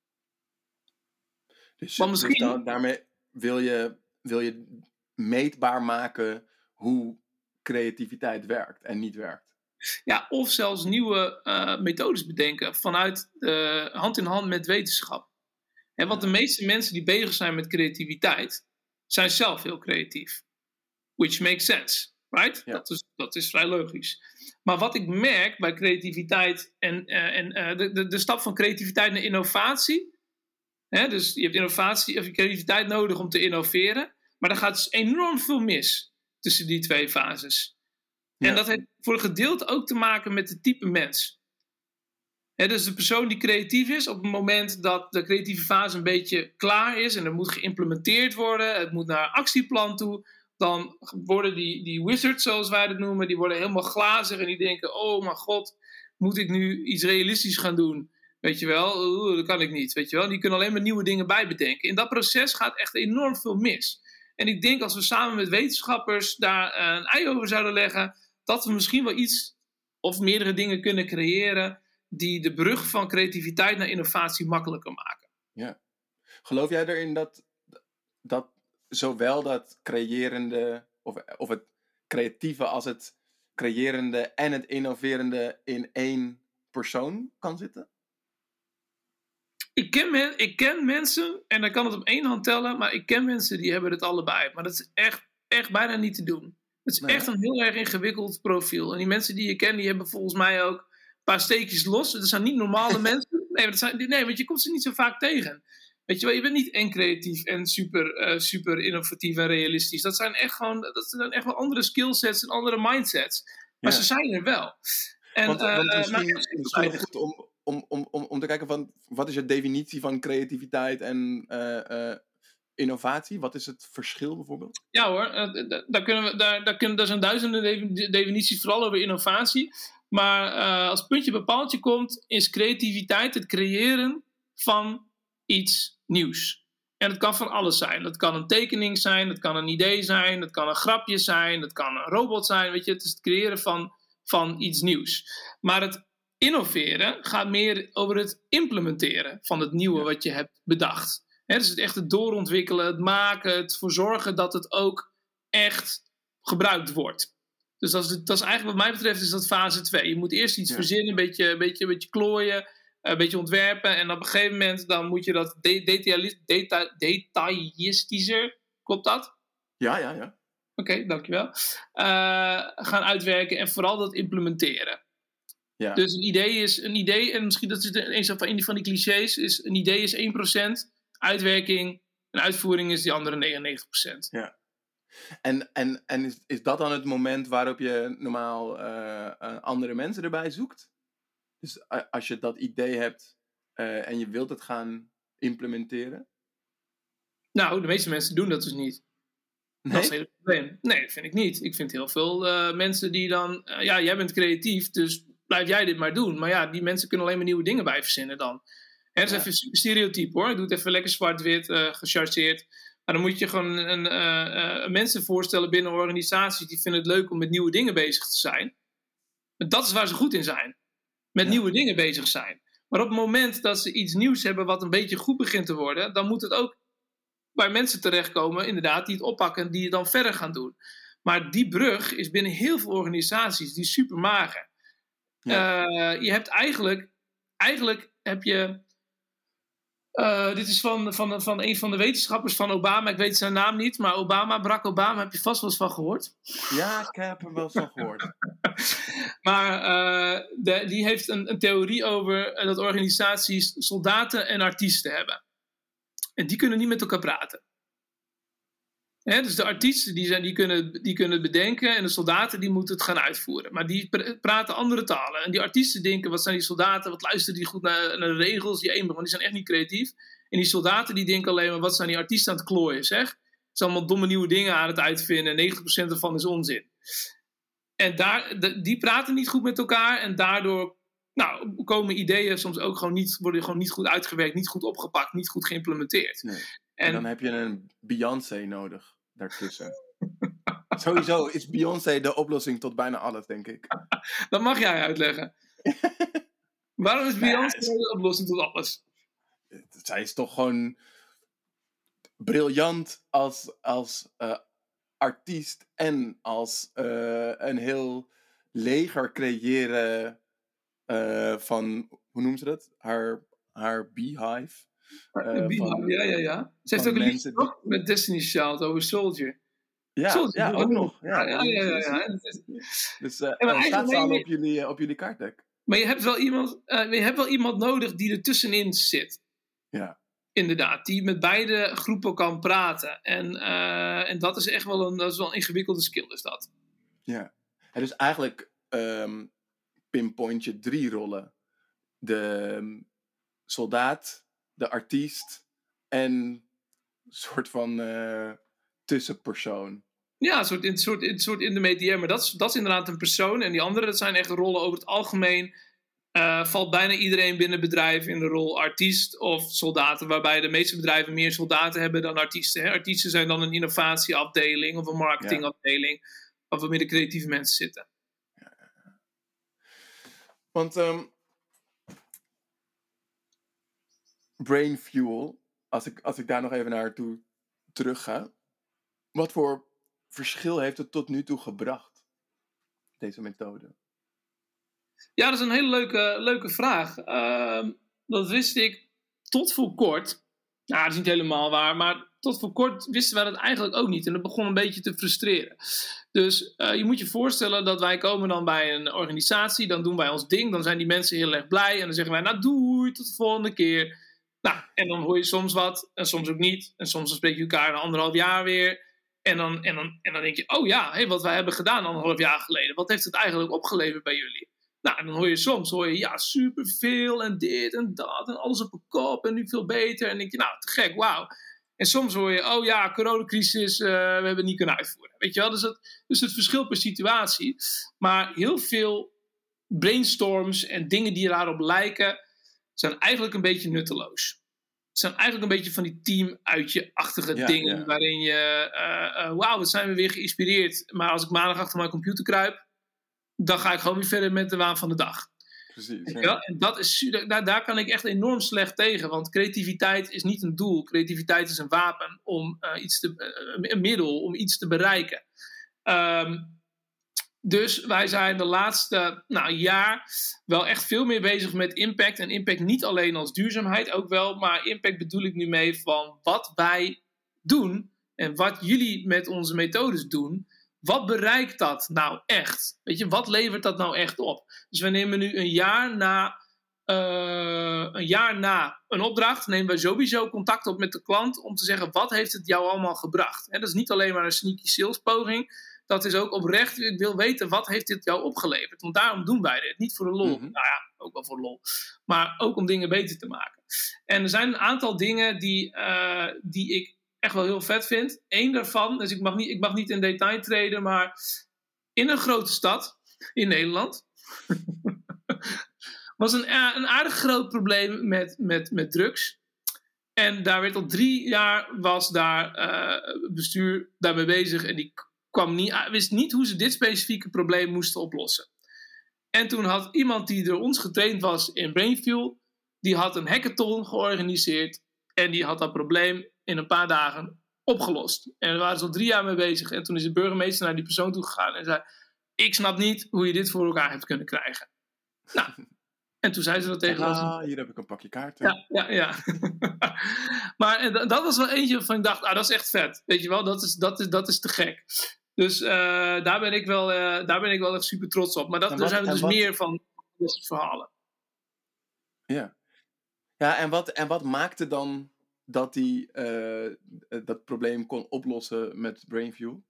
Dus daarmee wil je meetbaar maken hoe creativiteit werkt en niet werkt. Ja, of zelfs nieuwe methodes bedenken vanuit hand in hand met wetenschap. Want de meeste mensen die bezig zijn met creativiteit zijn zelf heel creatief. Which makes sense, right? Ja. Dat is vrij logisch. Maar wat ik merk bij creativiteit en de stap van creativiteit naar innovatie. Dus je hebt innovatie of je creativiteit nodig om te innoveren. Maar er gaat dus enorm veel mis tussen die twee fases. Ja. En dat heeft voor een gedeelte ook te maken met het type mens. Dus de persoon die creatief is, op het moment dat de creatieve fase een beetje klaar is en er moet geïmplementeerd worden, het moet naar actieplan toe, dan worden die wizards, zoals wij dat noemen, die worden helemaal glazig en die denken, oh mijn god, moet ik nu iets realistisch gaan doen? Weet je wel, dat kan ik niet, weet je wel. Die kunnen alleen maar nieuwe dingen bijbedenken. In dat proces gaat echt enorm veel mis. En ik denk als we samen met wetenschappers daar een ei over zouden leggen, dat we misschien wel iets of meerdere dingen kunnen creëren die de brug van creativiteit naar innovatie makkelijker maken. Ja. Geloof jij erin dat zowel dat creërende of het creatieve als het creërende en het innoverende in één persoon kan zitten? Ik ken mensen, en dan kan het op één hand tellen, maar ik ken mensen die hebben het allebei. Maar dat is echt bijna niet te doen. Het is echt een heel erg ingewikkeld profiel. En die mensen die je kent, die hebben volgens mij ook een paar steekjes los. Dat zijn niet normale mensen. Nee, want je komt ze niet zo vaak tegen. Weet je wel, je bent niet en creatief en super innovatief en realistisch. Dat zijn echt wel andere skillsets en andere mindsets. Maar ze zijn er wel. En, want misschien goed om te kijken van wat is je definitie van creativiteit en innovatie? Wat is het verschil bijvoorbeeld? Ja hoor, daar zijn duizenden definities, vooral over innovatie. Maar als puntje bij paaltje komt, is creativiteit het creëren van iets nieuws. En het kan van alles zijn. Dat kan een tekening zijn, dat kan een idee zijn, dat kan een grapje zijn, dat kan een robot zijn. Weet je, het is het creëren van iets nieuws. Maar het innoveren gaat meer over het implementeren van het nieuwe wat je hebt bedacht. Dus het echt het doorontwikkelen, het maken, het voor zorgen dat het ook echt gebruikt wordt. Dus dat is eigenlijk wat mij betreft is dat fase 2. Je moet eerst iets verzinnen, een beetje klooien, een beetje ontwerpen. En op een gegeven moment dan moet je dat detailistischer, klopt dat? Ja. Oké, dankjewel. Gaan uitwerken en vooral dat implementeren. Ja. Dus een idee, en misschien dat is een van die clichés, is een idee is 1%, uitwerking en uitvoering is die andere 99%. Ja. En is dat dan het moment waarop je normaal andere mensen erbij zoekt? Dus als je dat idee hebt en je wilt het gaan implementeren? Nou, de meeste mensen doen dat dus niet. Nee? Dat is het hele probleem. Nee, dat vind ik niet. Ik vind heel veel mensen die dan, jij bent creatief, dus blijf jij dit maar doen. Maar ja, die mensen kunnen alleen maar nieuwe dingen bij verzinnen dan. Dat is even een stereotype hoor. Ik doe het even lekker zwart-wit, gechargeerd. Maar dan moet je gewoon mensen voorstellen binnen organisaties die vinden het leuk om met nieuwe dingen bezig te zijn. Maar dat is waar ze goed in zijn. met nieuwe dingen bezig zijn. Maar op het moment dat ze iets nieuws hebben wat een beetje goed begint te worden, dan moet het ook bij mensen terechtkomen, inderdaad, die het oppakken en die het dan verder gaan doen. Maar die brug is binnen heel veel organisaties, die is super mager. Ja. Je hebt eigenlijk heb je, dit is van een van de wetenschappers van Obama, ik weet zijn naam niet, maar Barack Obama, heb je vast wel eens van gehoord? Ja, ik heb er wel eens van gehoord. Maar die heeft een theorie over dat organisaties soldaten en artiesten hebben. En die kunnen niet met elkaar praten. Dus de artiesten die kunnen het bedenken en de soldaten die moeten het gaan uitvoeren. Maar die praten andere talen. En die artiesten denken, wat zijn die soldaten, wat luisteren die goed naar de regels, want die zijn echt niet creatief. En die soldaten die denken alleen maar, wat zijn die artiesten aan het klooien, zeg. Ze zijn allemaal domme nieuwe dingen aan het uitvinden en 90% ervan is onzin. En die praten niet goed met elkaar en daardoor komen ideeën soms ook worden gewoon niet goed uitgewerkt, niet goed opgepakt, niet goed geïmplementeerd. Nee. En dan heb je een Beyoncé nodig daartussen. Sowieso is Beyoncé de oplossing tot bijna alles, denk ik. Dat mag jij uitleggen. Waarom is Beyoncé de oplossing tot alles? Zij is toch gewoon briljant als artiest en als een heel leger creëren van, hoe noemen ze dat? Haar beehive. Ja. Ze heeft ook een liedje met Destiny's Child over Soldier. Ja, ook nog. Ja. Dus staat ze al op jullie kaartdek. Maar je hebt wel iemand nodig die er tussenin zit. Ja. Inderdaad, die met beide groepen kan praten. En dat is echt wel een ingewikkelde skill, is dat. Ja. En dus eigenlijk pinpoint je 3 rollen. De soldaat, de artiest en een soort van tussenpersoon. Ja, een soort intermediair. Maar dat is inderdaad een persoon. En die andere, dat zijn echt rollen over het algemeen. Valt bijna iedereen binnen bedrijf in de rol artiest of soldaten. Waarbij de meeste bedrijven meer soldaten hebben dan artiesten. Hè? Artiesten zijn dan een innovatieafdeling of een marketingafdeling. Of waar meer de creatieve mensen zitten. Ja. Want Brain Fuel, als ik daar nog even naartoe terug ga. Wat voor verschil heeft het tot nu toe gebracht, deze methode? Ja, dat is een hele leuke vraag. Dat wist ik tot voor kort. Nou, dat is niet helemaal waar, maar tot voor kort wisten wij dat eigenlijk ook niet. En dat begon een beetje te frustreren. Dus je moet je voorstellen dat wij komen dan bij een organisatie, dan doen wij ons ding, dan zijn die mensen heel erg blij en dan zeggen wij, nou doei, tot de volgende keer. Nou, en dan hoor je soms wat en soms ook niet. En soms dan spreek je elkaar in 1,5 jaar weer. En dan denk je, oh ja, wat wij hebben gedaan 1,5 jaar geleden. Wat heeft het eigenlijk opgeleverd bij jullie? Nou, en dan hoor je soms, ja, superveel en dit en dat en alles op een kop en nu veel beter. En dan denk je, nou, te gek, wauw. En soms hoor je, oh ja, coronacrisis, we hebben het niet kunnen uitvoeren. Weet je wel, dus het verschil per situatie. Maar heel veel brainstorms en dingen die daarop lijken, zijn eigenlijk een beetje nutteloos. Het zijn eigenlijk een beetje van die team-uitje-achtige dingen. Ja. Waarin je, wauw, wat zijn we weer geïnspireerd. Maar als ik maandag achter mijn computer kruip, dan ga ik gewoon weer verder met de waan van de dag. Precies. Ja. En dat is, daar kan ik echt enorm slecht tegen. Want creativiteit is niet een doel. Creativiteit is een wapen om een middel om iets te bereiken. Dus wij zijn de laatste jaar wel echt veel meer bezig met impact. En impact niet alleen als duurzaamheid, ook wel. Maar impact bedoel ik nu mee van wat wij doen en wat jullie met onze methodes doen. Wat bereikt dat nou echt? Weet je, wat levert dat nou echt op? Dus we nemen nu een jaar na een opdracht, nemen we sowieso contact op met de klant om te zeggen, wat heeft het jou allemaal gebracht? En dat is niet alleen maar een sneaky sales poging. Dat is ook oprecht, ik wil weten, wat heeft dit jou opgeleverd? Want daarom doen wij dit. Niet voor de lol. Mm-hmm. Nou ja, ook wel voor de lol. Maar ook om dingen beter te maken. En er zijn een aantal dingen die ik echt wel heel vet vind. Eén daarvan, dus ik mag niet in detail treden, maar in een grote stad in Nederland was een aardig groot probleem met drugs. En daar werd al 3 jaar was daar bestuur daarmee bezig en die wist niet hoe ze dit specifieke probleem moesten oplossen. En toen had iemand die door ons getraind was in Brainfuel, die had een hackathon georganiseerd. En die had dat probleem in een paar dagen opgelost. En daar waren ze al 3 jaar mee bezig. En toen is de burgemeester naar die persoon toe gegaan en zei: ik snap niet hoe je dit voor elkaar hebt kunnen krijgen. Nou, en toen zei ze dat tegen ons. Hier heb ik een pakje kaarten. Ja. Maar dat was wel eentje waarvan ik dacht, dat is echt vet. Weet je wel, dat is te gek. Dus daar ben ik wel echt super trots op. Maar daar zijn we dus meer van dit verhalen. Ja. Ja, en wat maakte dan dat hij dat probleem kon oplossen met Brainfuel?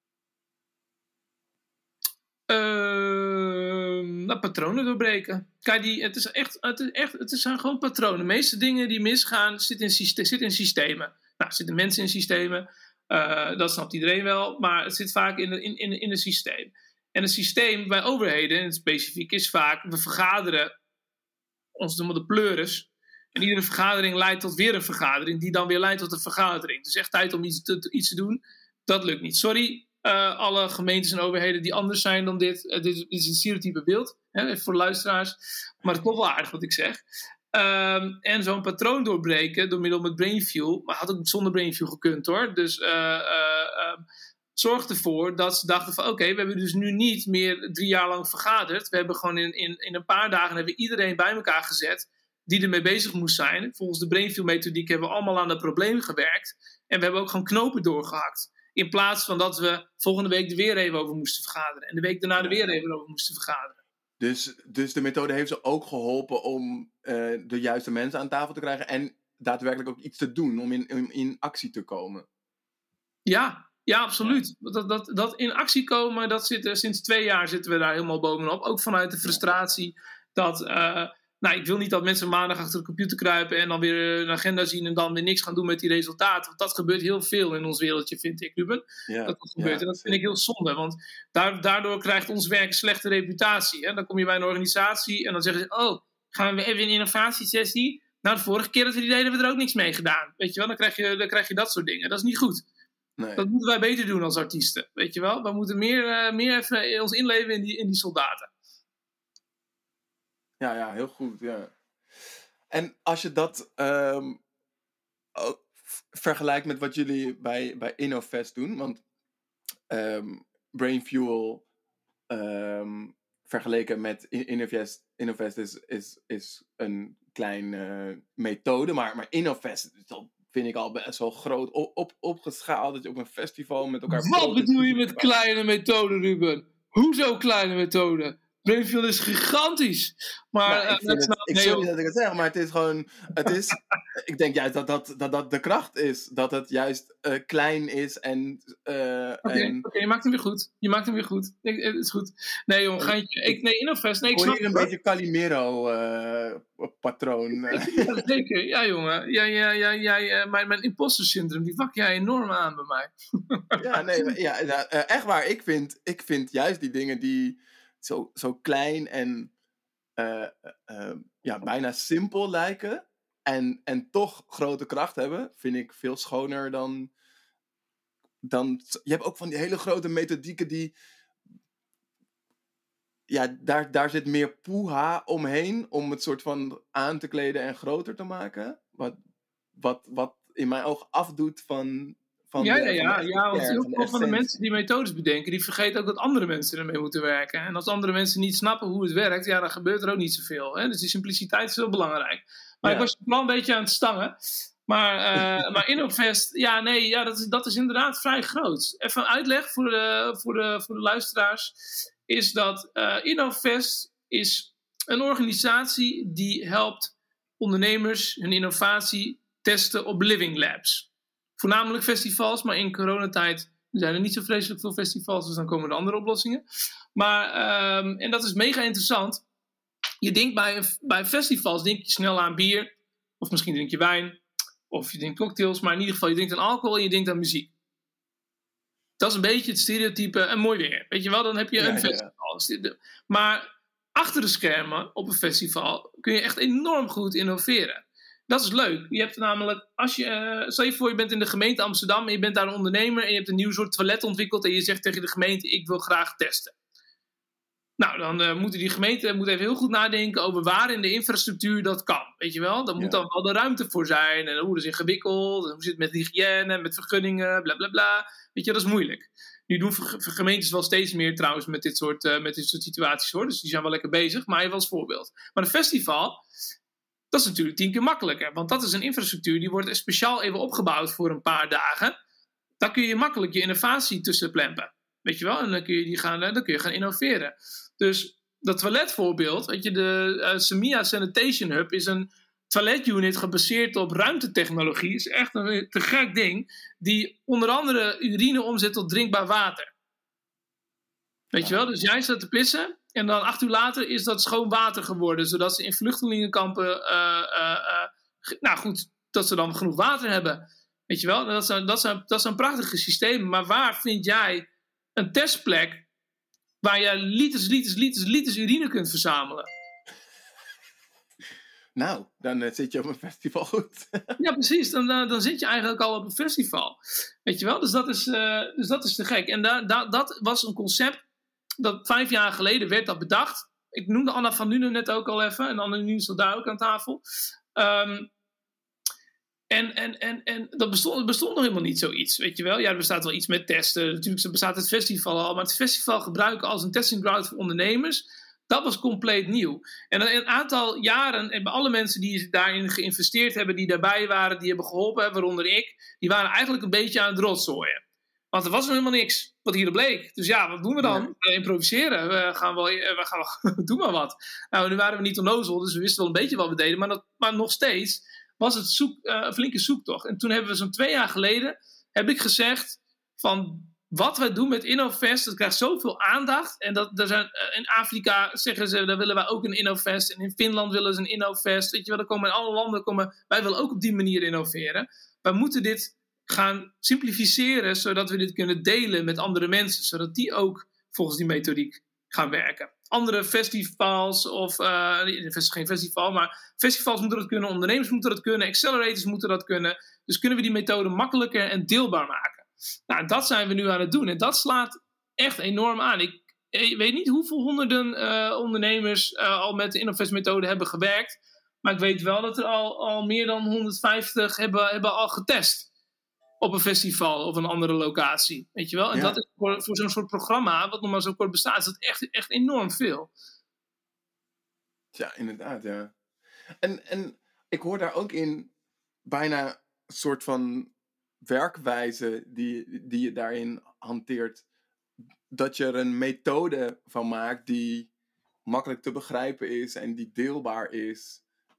Patronen doorbreken. Kijk, het zijn gewoon patronen. De meeste dingen die misgaan zitten in systemen. Nou, zitten mensen in systemen. Dat snapt iedereen wel. Maar het zit vaak in een systeem. En een systeem bij overheden, in het specifiek, is vaak: we vergaderen, ons noemen de pleuris. En iedere vergadering leidt tot weer een vergadering, die dan weer leidt tot een vergadering. Het is echt tijd om iets te doen. Dat lukt niet. Sorry, alle gemeentes en overheden die anders zijn dan dit. Dit is een stereotype beeld, hè, voor de luisteraars. Maar het klopt wel aardig wat ik zeg. En zo'n patroon doorbreken door middel met Brainfuel, maar had ook zonder Brainfuel gekund hoor. Dus zorg ervoor dat ze dachten van oké, we hebben dus nu niet meer 3 jaar lang vergaderd. We hebben gewoon in een paar dagen hebben iedereen bij elkaar gezet die ermee bezig moest zijn. Volgens de Brainfuel methodiek hebben we allemaal aan het probleem gewerkt. En we hebben ook gewoon knopen doorgehakt. In plaats van dat we volgende week er weer even over moesten vergaderen. En de week daarna er weer even over moesten vergaderen. Dus de methode heeft ze ook geholpen om de juiste mensen aan tafel te krijgen. En daadwerkelijk ook iets te doen om in actie te komen. Ja, absoluut. Dat in actie komen, dat zit sinds 2 jaar zitten we daar helemaal bovenop. Ook vanuit de frustratie dat ik wil niet dat mensen maandag achter de computer kruipen en dan weer een agenda zien en dan weer niks gaan doen met die resultaten. Want dat gebeurt heel veel in ons wereldje, vind ik, Ruben. Dat gebeurt. En dat vind ik heel zonde, want daardoor krijgt ons werk een slechte reputatie. Hè? Dan kom je bij een organisatie en dan zeggen ze: gaan we even een innovatiesessie? Nou, de vorige keer dat we die deden, hebben we er ook niks mee gedaan. Weet je wel, dan krijg je dat soort dingen. Dat is niet goed. Nee. Dat moeten wij beter doen als artiesten. Weet je wel, we moeten meer even ons inleven in die soldaten. Ja, heel goed, ja. En als je dat vergelijkt met wat jullie bij InnoFest doen, want Brainfuel vergeleken met InnoFest is een klein methode, maar InnoFest vind ik al best wel groot opgeschaald, dat je op een festival met elkaar... Wat bedoel je met kleine methode, Ruben? Hoezo kleine methode? Brainfuel is gigantisch. Maar ik sorry dat ik het zeg, maar het is gewoon... ik denk juist dat de kracht is. Dat het juist klein is en... Oké, je maakt hem weer goed. Het is goed. Nee, jongen, geintje. InnoFest. Nee, ik snap hier een beetje Calimero-patroon. Ja, zeker. Ja, jongen. Mijn imposter syndroom, die vak jij enorm aan bij mij. Echt waar. Ik vind juist die dingen die zo klein en bijna simpel lijken en toch grote kracht hebben, vind ik veel schoner dan je hebt ook van die hele grote methodieken die daar zit meer poeha omheen om het soort van aan te kleden en groter te maken, wat in mijn ogen afdoet van want heel veel van de mensen die methodes bedenken, die vergeten ook dat andere mensen ermee moeten werken. En als andere mensen niet snappen hoe het werkt, dan gebeurt er ook niet zoveel. Hè? Dus die simpliciteit is heel belangrijk. Maar ik was je plan een beetje aan het stangen. Maar InnoFest, dat is inderdaad vrij groot. Even een uitleg voor de luisteraars, is dat InnoFest is een organisatie die helpt ondernemers hun innovatie testen op living labs. Voornamelijk festivals, maar in coronatijd zijn er niet zo vreselijk veel festivals, dus dan komen er andere oplossingen. Maar, en dat is mega interessant. Je denkt bij festivals, denk je snel aan bier, of misschien drink je wijn, of je drinkt cocktails, maar in ieder geval, je drinkt aan alcohol en je denkt aan muziek. Dat is een beetje het stereotype en mooi weer. Weet je wel, dan heb je een festival. Ja. Maar achter de schermen op een festival kun je echt enorm goed innoveren. Dat is leuk. Je hebt namelijk, stel je voor je bent in de gemeente Amsterdam en je bent daar een ondernemer en je hebt een nieuw soort toilet ontwikkeld en je zegt tegen de gemeente: ik wil graag testen. Nou, dan moet die gemeente even heel goed nadenken over waar in de infrastructuur dat kan. Weet je wel? Daar moet dan wel de ruimte voor zijn. En hoe is ingewikkeld. Hoe zit het met hygiëne, met vergunningen, bla bla bla. Weet je, dat is moeilijk. Nu doen gemeentes wel steeds meer trouwens met dit soort situaties hoor. Dus die zijn wel lekker bezig. Maar even als voorbeeld. Maar een festival, dat is natuurlijk 10 keer makkelijker. Want dat is een infrastructuur die wordt speciaal even opgebouwd voor een paar dagen. Daar kun je makkelijk je innovatie tussen plempen. Weet je wel? En dan kun je gaan innoveren. Dus dat toiletvoorbeeld, weet je, de Semia Sanitation Hub is een toiletunit gebaseerd op ruimtetechnologie. Is echt een te gek ding. Die onder andere urine omzet tot drinkbaar water. Weet je wel? Dus jij staat te pissen. En dan 8 uur later is dat schoon water geworden. Zodat ze in vluchtelingenkampen nou goed, dat ze dan genoeg water hebben. Weet je wel? Dat zijn prachtige systemen. Maar waar vind jij een testplek waar je liters urine kunt verzamelen? Nou, dan zit je op een festival goed. Ja, precies. Dan zit je eigenlijk al op een festival. Weet je wel? Dus dat is te gek. En dat was een concept dat 5 jaar geleden werd dat bedacht. Ik noemde Anna van Nuenen net ook al even. En Anna Nuenen zat daar ook aan tafel. En dat bestond nog helemaal niet zoiets, weet je wel. Ja, er bestaat wel iets met testen. Natuurlijk bestaat het festival al. Maar het festival gebruiken als een testing ground voor ondernemers, dat was compleet nieuw. En een aantal jaren hebben alle mensen die daarin geïnvesteerd hebben, die daarbij waren, die hebben geholpen, waaronder ik, die waren eigenlijk een beetje aan het rotzooien. Want er was nog helemaal niks wat hier bleek. Dus ja, wat doen we dan? We improviseren. We gaan wel doe maar wat. Nou, nu waren we niet onnozel, dus we wisten wel een beetje wat we deden. Maar nog steeds was het een flinke zoektocht. En toen hebben we zo'n 2 jaar geleden, heb ik gezegd van wat wij doen met InnoFest, dat krijgt zoveel aandacht. En in Afrika zeggen ze, daar willen wij ook een InnoFest. En in Finland willen ze een InnoFest. Weet je wel, in alle landen wij willen ook op die manier innoveren. Wij moeten dit gaan simplificeren, zodat we dit kunnen delen met andere mensen. Zodat die ook volgens die methodiek gaan werken. Andere festivals geen festival, maar festivals moeten dat kunnen, ondernemers moeten dat kunnen, accelerators moeten dat kunnen. Dus kunnen we die methode makkelijker en deelbaar maken. Nou, dat zijn we nu aan het doen en dat slaat echt enorm aan. Ik weet niet hoeveel honderden ondernemers al met de InnoFest methode hebben gewerkt, maar ik weet wel dat er al meer dan 150 hebben al getest op een festival of een andere locatie, weet je wel? En dat is voor zo'n soort programma, wat nog maar zo kort bestaat, is dat echt enorm veel. Ja, inderdaad, ja. En ik hoor daar ook in bijna een soort van werkwijze die je daarin hanteert, dat je er een methode van maakt die makkelijk te begrijpen is en die deelbaar is.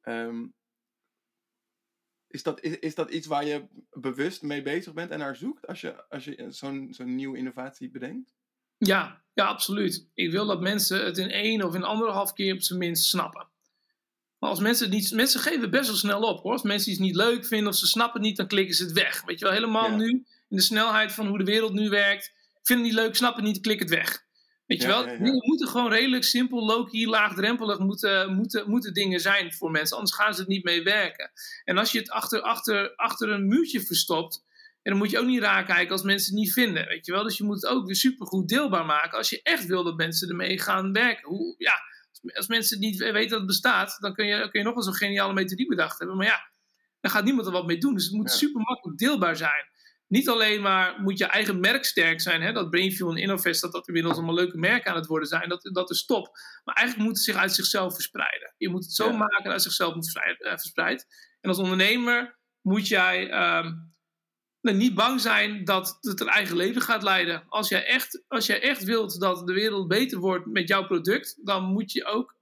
Is dat iets waar je bewust mee bezig bent en naar zoekt als je zo'n nieuwe innovatie bedenkt? Ja, absoluut. Ik wil dat mensen het in 1 of in 1,5 keer op zijn minst snappen. Maar als mensen geven best wel snel op hoor. Als mensen iets niet leuk vinden of ze snappen het niet, dan klikken ze het weg. Weet je wel, helemaal nu, in de snelheid van hoe de wereld nu werkt. Vind het niet leuk, snap het niet, klik het weg. Weet je wel, dingen moeten gewoon redelijk simpel, low-key, laagdrempelig moeten dingen zijn voor mensen. Anders gaan ze het niet mee werken. En als je het achter een muurtje verstopt, en dan moet je ook niet raar kijken als mensen het niet vinden. Weet je wel, dus je moet het ook weer supergoed deelbaar maken. Als je echt wil dat mensen ermee gaan werken. Als mensen niet weten dat het bestaat, dan kun je nog wel zo'n geniale methodiek bedacht hebben. Maar ja, dan gaat niemand er wat mee doen. Dus het moet super makkelijk deelbaar zijn. Niet alleen maar moet je eigen merk sterk zijn. Hè, dat Brainfuel en InnoFest, dat inmiddels allemaal leuke merken aan het worden zijn. Dat is top. Maar eigenlijk moet het zich uit zichzelf verspreiden. Je moet het zo maken dat het uit zichzelf verspreidt. En als ondernemer moet jij niet bang zijn dat het een eigen leven gaat leiden. Als jij echt wilt dat de wereld beter wordt met jouw product, dan moet je ook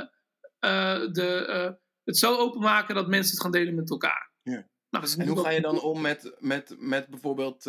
het zo openmaken dat mensen het gaan delen met elkaar. Ja. Nou, en hoe ga je dan om met bijvoorbeeld...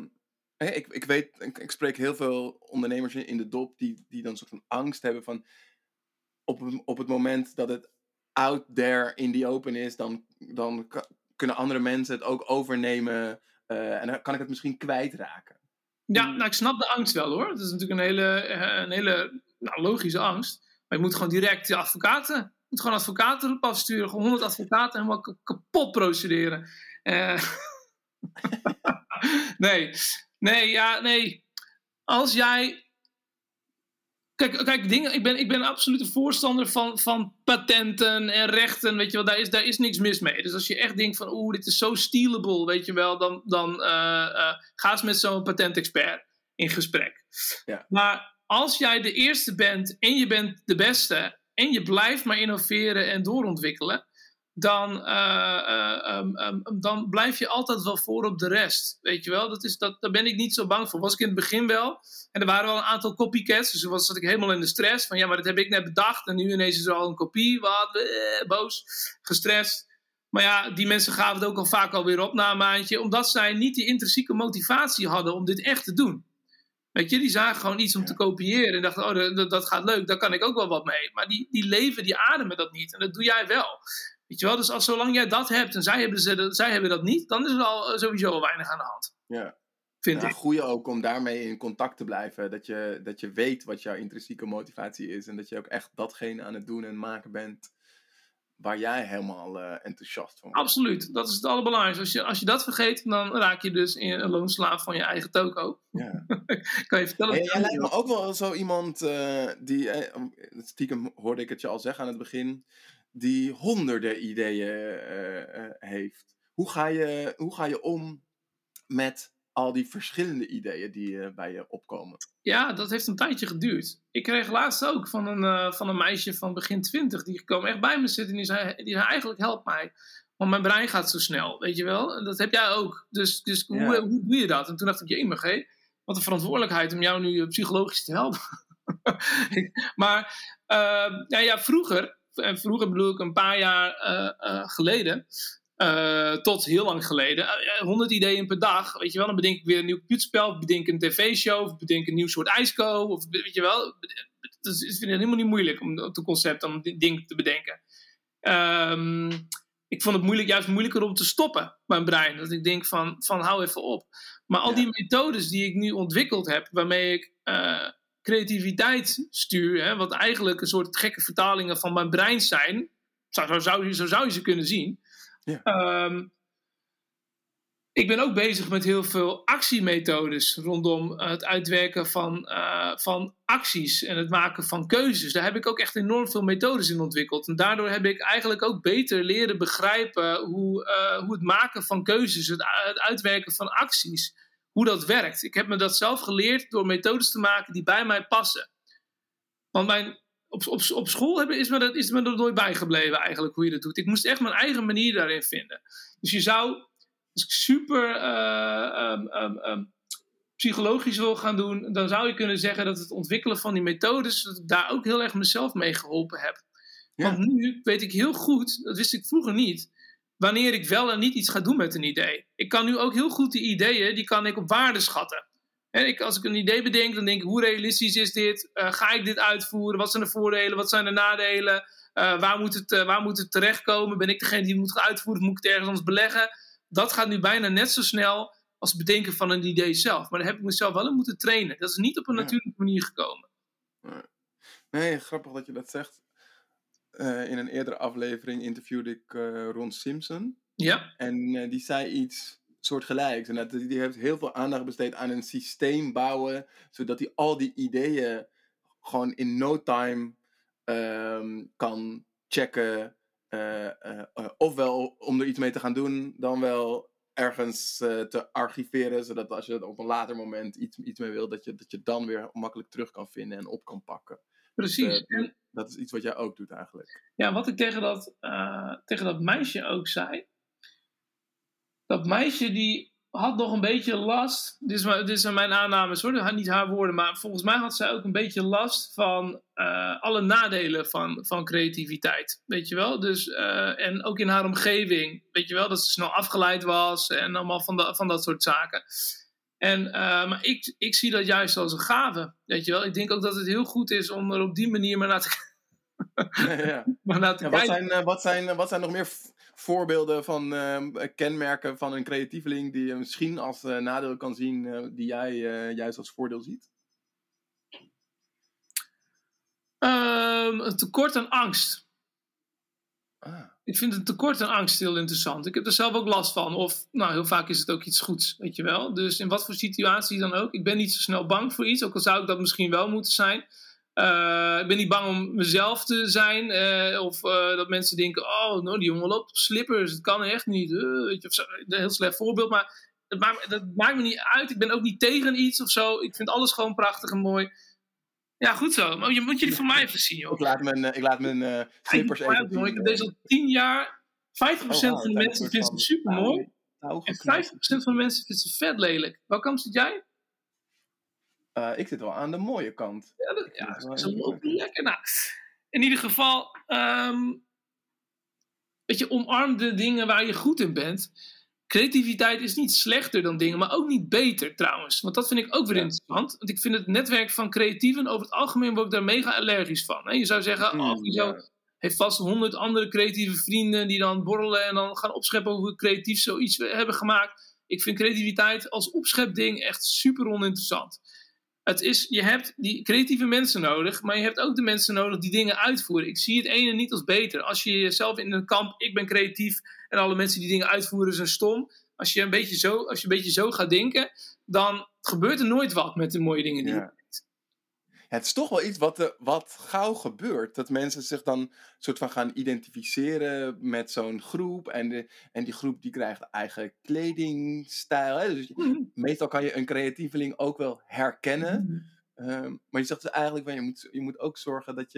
Ik spreek heel veel ondernemers in de dop die dan een soort van angst hebben van op het moment dat het out there in the open is, dan kunnen andere mensen het ook overnemen en dan kan ik het misschien kwijtraken. Ja, nou ik snap de angst wel hoor. Het is natuurlijk een hele logische angst. Maar je moet gewoon direct de advocaten... Je moet gewoon advocaten erop afsturen. Gewoon 100 advocaten helemaal kapot procederen. Nee. Als jij Kijk, ik ben absoluut een voorstander van patenten en rechten, weet je wel, daar is niks mis mee. Dus als je echt denkt van, dit is zo stealable, weet je wel, dan ga eens met zo'n patentexpert in gesprek. Ja. Maar als jij de eerste bent en je bent de beste en je blijft maar innoveren en doorontwikkelen, dan blijf je altijd wel voor op de rest. Weet je wel, daar ben ik niet zo bang voor. Was ik in het begin wel. En er waren wel een aantal copycats. Dus zat ik helemaal in de stress. Van maar dat heb ik net bedacht. En nu ineens is er al een kopie. Boos, gestrest. Maar ja, die mensen gaven het ook al vaak alweer op na een maandje. Omdat zij niet die intrinsieke motivatie hadden om dit echt te doen. Weet je, die zagen gewoon iets om te kopiëren. En dachten, dat gaat leuk. Daar kan ik ook wel wat mee. Maar die leven, die ademen dat niet. En dat doe jij wel. Weet je wel, dus zolang jij dat hebt en zij hebben dat niet, dan is er al sowieso al weinig aan de hand. Ja. Vind ik. Goeie ook om daarmee in contact te blijven. Dat je weet wat jouw intrinsieke motivatie is. En dat je ook echt datgene aan het doen en maken bent waar jij helemaal enthousiast van wordt. Absoluut, dat is het allerbelangrijkste. Als je dat vergeet, dan raak je dus in een loonslaaf van je eigen toko. Ja. Kan je vertellen? Jij lijkt me ook wel zo iemand die, stiekem hoorde ik het je al zeggen aan het begin, die honderden ideeën heeft. Hoe ga je om met al die verschillende ideeën die bij je opkomen? Ja, dat heeft een tijdje geduurd. Ik kreeg laatst ook van een meisje van begin 20, die kwam echt bij me zitten en die zei eigenlijk help mij. Want mijn brein gaat zo snel, weet je wel. En dat heb jij ook. Dus hoe doe je dat? En toen dacht ik, jemig, wat een verantwoordelijkheid om jou nu psychologisch te helpen. Maar vroeger, en vroeger bedoel ik een paar jaar geleden, tot heel lang geleden, 100 ideeën per dag, weet je wel, dan bedenk ik weer een nieuw computerspel, of bedenk een tv-show, of bedenk een nieuw soort ijsko, of weet je wel, dat is helemaal niet moeilijk om het concept, om dit ding te bedenken. Ik vond het juist moeilijker om te stoppen, mijn brein, dat ik denk van hou even op. Maar al die methodes die ik nu ontwikkeld heb, waarmee ik creativiteit stuur, wat eigenlijk een soort gekke vertalingen van mijn brein zijn, zo zou je ze kunnen zien. Ja. Ik ben ook bezig met heel veel actiemethodes rondom het uitwerken van acties en het maken van keuzes. Daar heb ik ook echt enorm veel methodes in ontwikkeld. En daardoor heb ik eigenlijk ook beter leren begrijpen hoe het maken van keuzes, het uitwerken van acties, hoe dat werkt. Ik heb me dat zelf geleerd door methodes te maken die bij mij passen. Want op school is me dat nooit bijgebleven eigenlijk, hoe je dat doet. Ik moest echt mijn eigen manier daarin vinden. Dus je zou, als ik super psychologisch wil gaan doen, dan zou je kunnen zeggen dat het ontwikkelen van die methodes, dat ik daar ook heel erg mezelf mee geholpen heb. Ja. Want nu weet ik heel goed, dat wist ik vroeger niet, wanneer ik wel en niet iets ga doen met een idee. Ik kan nu ook heel goed die ideeën, die kan ik op waarde schatten. Als ik een idee bedenk, dan denk ik, hoe realistisch is dit? Ga ik dit uitvoeren? Wat zijn de voordelen? Wat zijn de nadelen? Waar moet het terechtkomen? Ben ik degene die het moet uitvoeren? Moet ik het ergens anders beleggen? Dat gaat nu bijna net zo snel als het bedenken van een idee zelf. Maar daar heb ik mezelf wel in moeten trainen. Dat is niet op een natuurlijke manier gekomen. Nee, grappig dat je dat zegt. In een eerdere aflevering interviewde ik Ron Simpson. Ja. En die zei iets soortgelijks. En die heeft heel veel aandacht besteed aan een systeem bouwen, zodat hij al die ideeën gewoon in no time kan checken. Ofwel om er iets mee te gaan doen, dan wel ergens te archiveren, zodat als je op een later moment iets mee wil, dat je dan weer makkelijk terug kan vinden en op kan pakken. Precies. Dus, dat is iets wat jij ook doet eigenlijk. Ja, wat ik tegen dat meisje ook zei. Dat meisje die had nog een beetje last. Dit zijn mijn aannames hoor, niet haar woorden. Maar volgens mij had zij ook een beetje last van alle nadelen van creativiteit. Weet je wel? Dus, en ook in haar omgeving. Weet je wel? Dat ze snel afgeleid was. En allemaal van dat soort zaken. Maar ik zie dat juist als een gave. Weet je wel? Ik denk ook dat het heel goed is om er op die manier maar naar te kijken. Wat zijn nog meer voorbeelden van kenmerken van een creatieveling die je misschien als nadeel kan zien, die jij juist als voordeel ziet? Een tekort aan angst. Ik vind een tekort aan angst heel interessant. Ik heb er zelf ook last van. Of, heel vaak is het ook iets goeds, weet je wel. Dus in wat voor situatie dan ook. Ik ben niet zo snel bang voor iets, ook al zou ik dat misschien wel moeten zijn. Ik ben niet bang om mezelf te zijn. Of dat mensen denken, oh, nou, die jongen loopt op slippers. Dat kan echt niet. Weet je, of zo. Een heel slecht voorbeeld, maar dat maakt me niet uit. Ik ben ook niet tegen iets of zo. Ik vind alles gewoon prachtig en mooi. Ja, goed zo. Maar je moet jullie van mij even zien, joh. Ik laat mijn slippers even zien. Ik heb deze al 10 jaar. 50% van de mensen vindt ze super mooi. En 50% van de mensen vindt ze vet lelijk. Welke kant zit jij? Ik zit wel aan de mooie kant. Ze lopen lekker. Nou, in ieder geval, weet je, omarm de dingen waar je goed in bent. Creativiteit is niet slechter dan dingen, maar ook niet beter trouwens. Want dat vind ik ook weer interessant. Want ik vind het netwerk van creatieven, over het algemeen word ik daar mega allergisch van. Hè? Je zou zeggen, heeft vast 100 andere creatieve vrienden die dan borrelen en dan gaan opscheppen over hoe creatief zoiets hebben gemaakt. Ik vind creativiteit als opschepding echt super oninteressant. Je hebt die creatieve mensen nodig, maar je hebt ook de mensen nodig die dingen uitvoeren. Ik zie het ene niet als beter. Als je jezelf in een kamp, ik ben creatief en alle mensen die dingen uitvoeren zijn stom. Als je een beetje zo gaat denken, dan gebeurt er nooit wat met de mooie dingen die je denkt. Het is toch wel iets wat gauw gebeurt. Dat mensen zich dan soort van gaan identificeren met zo'n groep. En die groep die krijgt eigen kledingstijl. Hè? Dus meestal kan je een creatieveling ook wel herkennen. Maar je zegt dus eigenlijk, je moet ook zorgen dat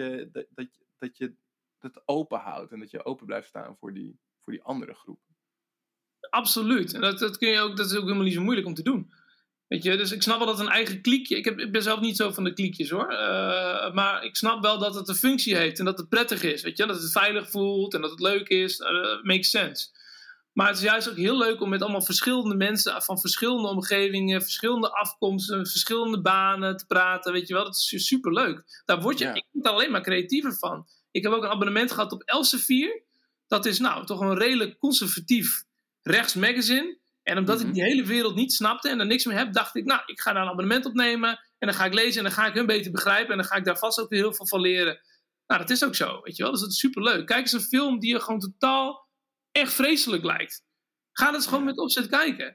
je het open houdt. En dat je open blijft staan voor die andere groep. Absoluut. En dat is ook helemaal niet zo moeilijk om te doen. Weet je, dus ik snap wel dat een eigen kliekje... Ik ben zelf niet zo van de kliekjes, hoor. Maar ik snap wel dat het een functie heeft en dat het prettig is. Weet je, dat het veilig voelt en dat het leuk is. Makes sense. Maar het is juist ook heel leuk om met allemaal verschillende mensen van verschillende omgevingen, verschillende afkomsten, verschillende banen te praten. Weet je wel, dat is superleuk. Ik word er alleen maar creatiever van. Ik heb ook een abonnement gehad op Elsevier. Dat is nou toch een redelijk conservatief rechts magazine. En omdat ik die hele wereld niet snapte en er niks meer heb, dacht ik, nou, ik ga daar een abonnement op nemen. En dan ga ik lezen en dan ga ik hun beter begrijpen. En dan ga ik daar vast ook weer heel veel van leren. Nou, dat is ook zo, weet je wel. Dus dat is superleuk. Kijk eens een film die je gewoon totaal echt vreselijk lijkt. Ga dat eens gewoon met opzet kijken.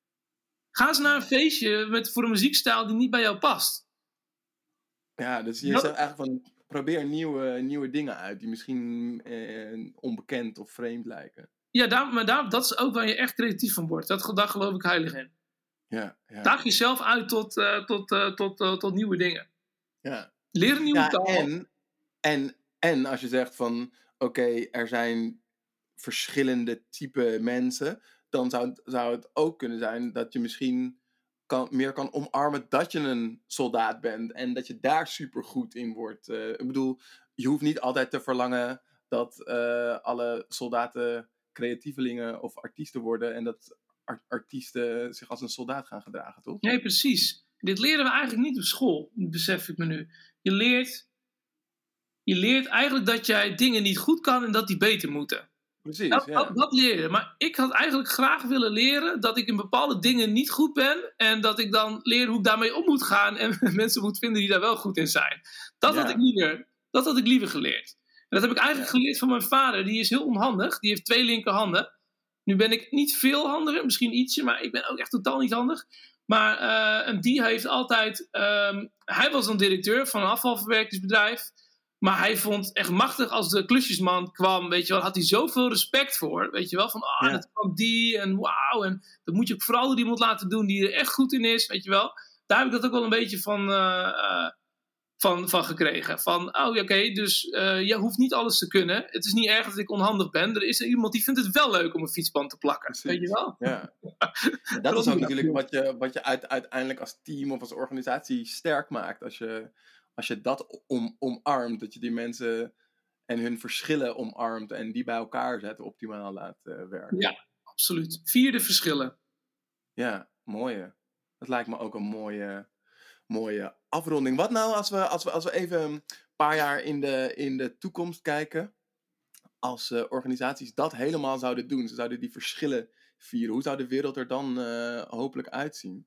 Ga eens naar een feestje voor een muziekstijl die niet bij jou past. Ja, dus je zegt eigenlijk van, probeer nieuwe dingen uit die misschien onbekend of vreemd lijken. Ja, maar dat is ook waar je echt creatief van wordt. Daar geloof ik heilig in. Ja. Daag jezelf uit tot nieuwe dingen. Ja. Leer een nieuwe taal. En als je zegt van, oké, er zijn verschillende type mensen, dan zou het ook kunnen zijn dat je misschien meer kan omarmen dat je een soldaat bent en dat je daar super goed in wordt. Ik bedoel, je hoeft niet altijd te verlangen dat alle soldaten creatievelingen of artiesten worden en dat artiesten zich als een soldaat gaan gedragen, toch? Nee, precies. Dit leren we eigenlijk niet op school, besef ik me nu. Je leert eigenlijk dat jij dingen niet goed kan en dat die beter moeten. Precies, dat leren. Maar ik had eigenlijk graag willen leren dat ik in bepaalde dingen niet goed ben. En dat ik dan leer hoe ik daarmee om moet gaan. En mensen moet vinden die daar wel goed in zijn. Dat had ik liever geleerd. En dat heb ik eigenlijk geleerd van mijn vader. Die is heel onhandig. Die heeft 2 linkerhanden. Nu ben ik niet veel handiger. Misschien ietsje. Maar ik ben ook echt totaal niet handig. Maar en die heeft altijd... hij was dan directeur van een afvalverwerkingsbedrijf. Maar hij vond echt machtig als de klusjesman kwam, weet je wel, had hij zoveel respect voor, weet je wel, van dat kwam die en wauw, en dat moet je ook vooral door iemand laten doen die er echt goed in is, weet je wel. Daar heb ik dat ook wel een beetje van gekregen. Van, dus je hoeft niet alles te kunnen. Het is niet erg dat ik onhandig ben. Er is iemand die vindt het wel leuk om een fietsband te plakken, precies. Weet je wel. Ja. Dat is ook natuurlijk wat je uiteindelijk als team of als organisatie sterk maakt, als je dat omarmt, dat je die mensen en hun verschillen omarmt en die bij elkaar zet, optimaal laat werken. Ja, absoluut. 4 de verschillen. Ja, mooie. Dat lijkt me ook een mooie afronding. Wat nou als we even een paar jaar in de toekomst kijken, als organisaties dat helemaal zouden doen, ze zouden die verschillen vieren, hoe zou de wereld er dan hopelijk uitzien?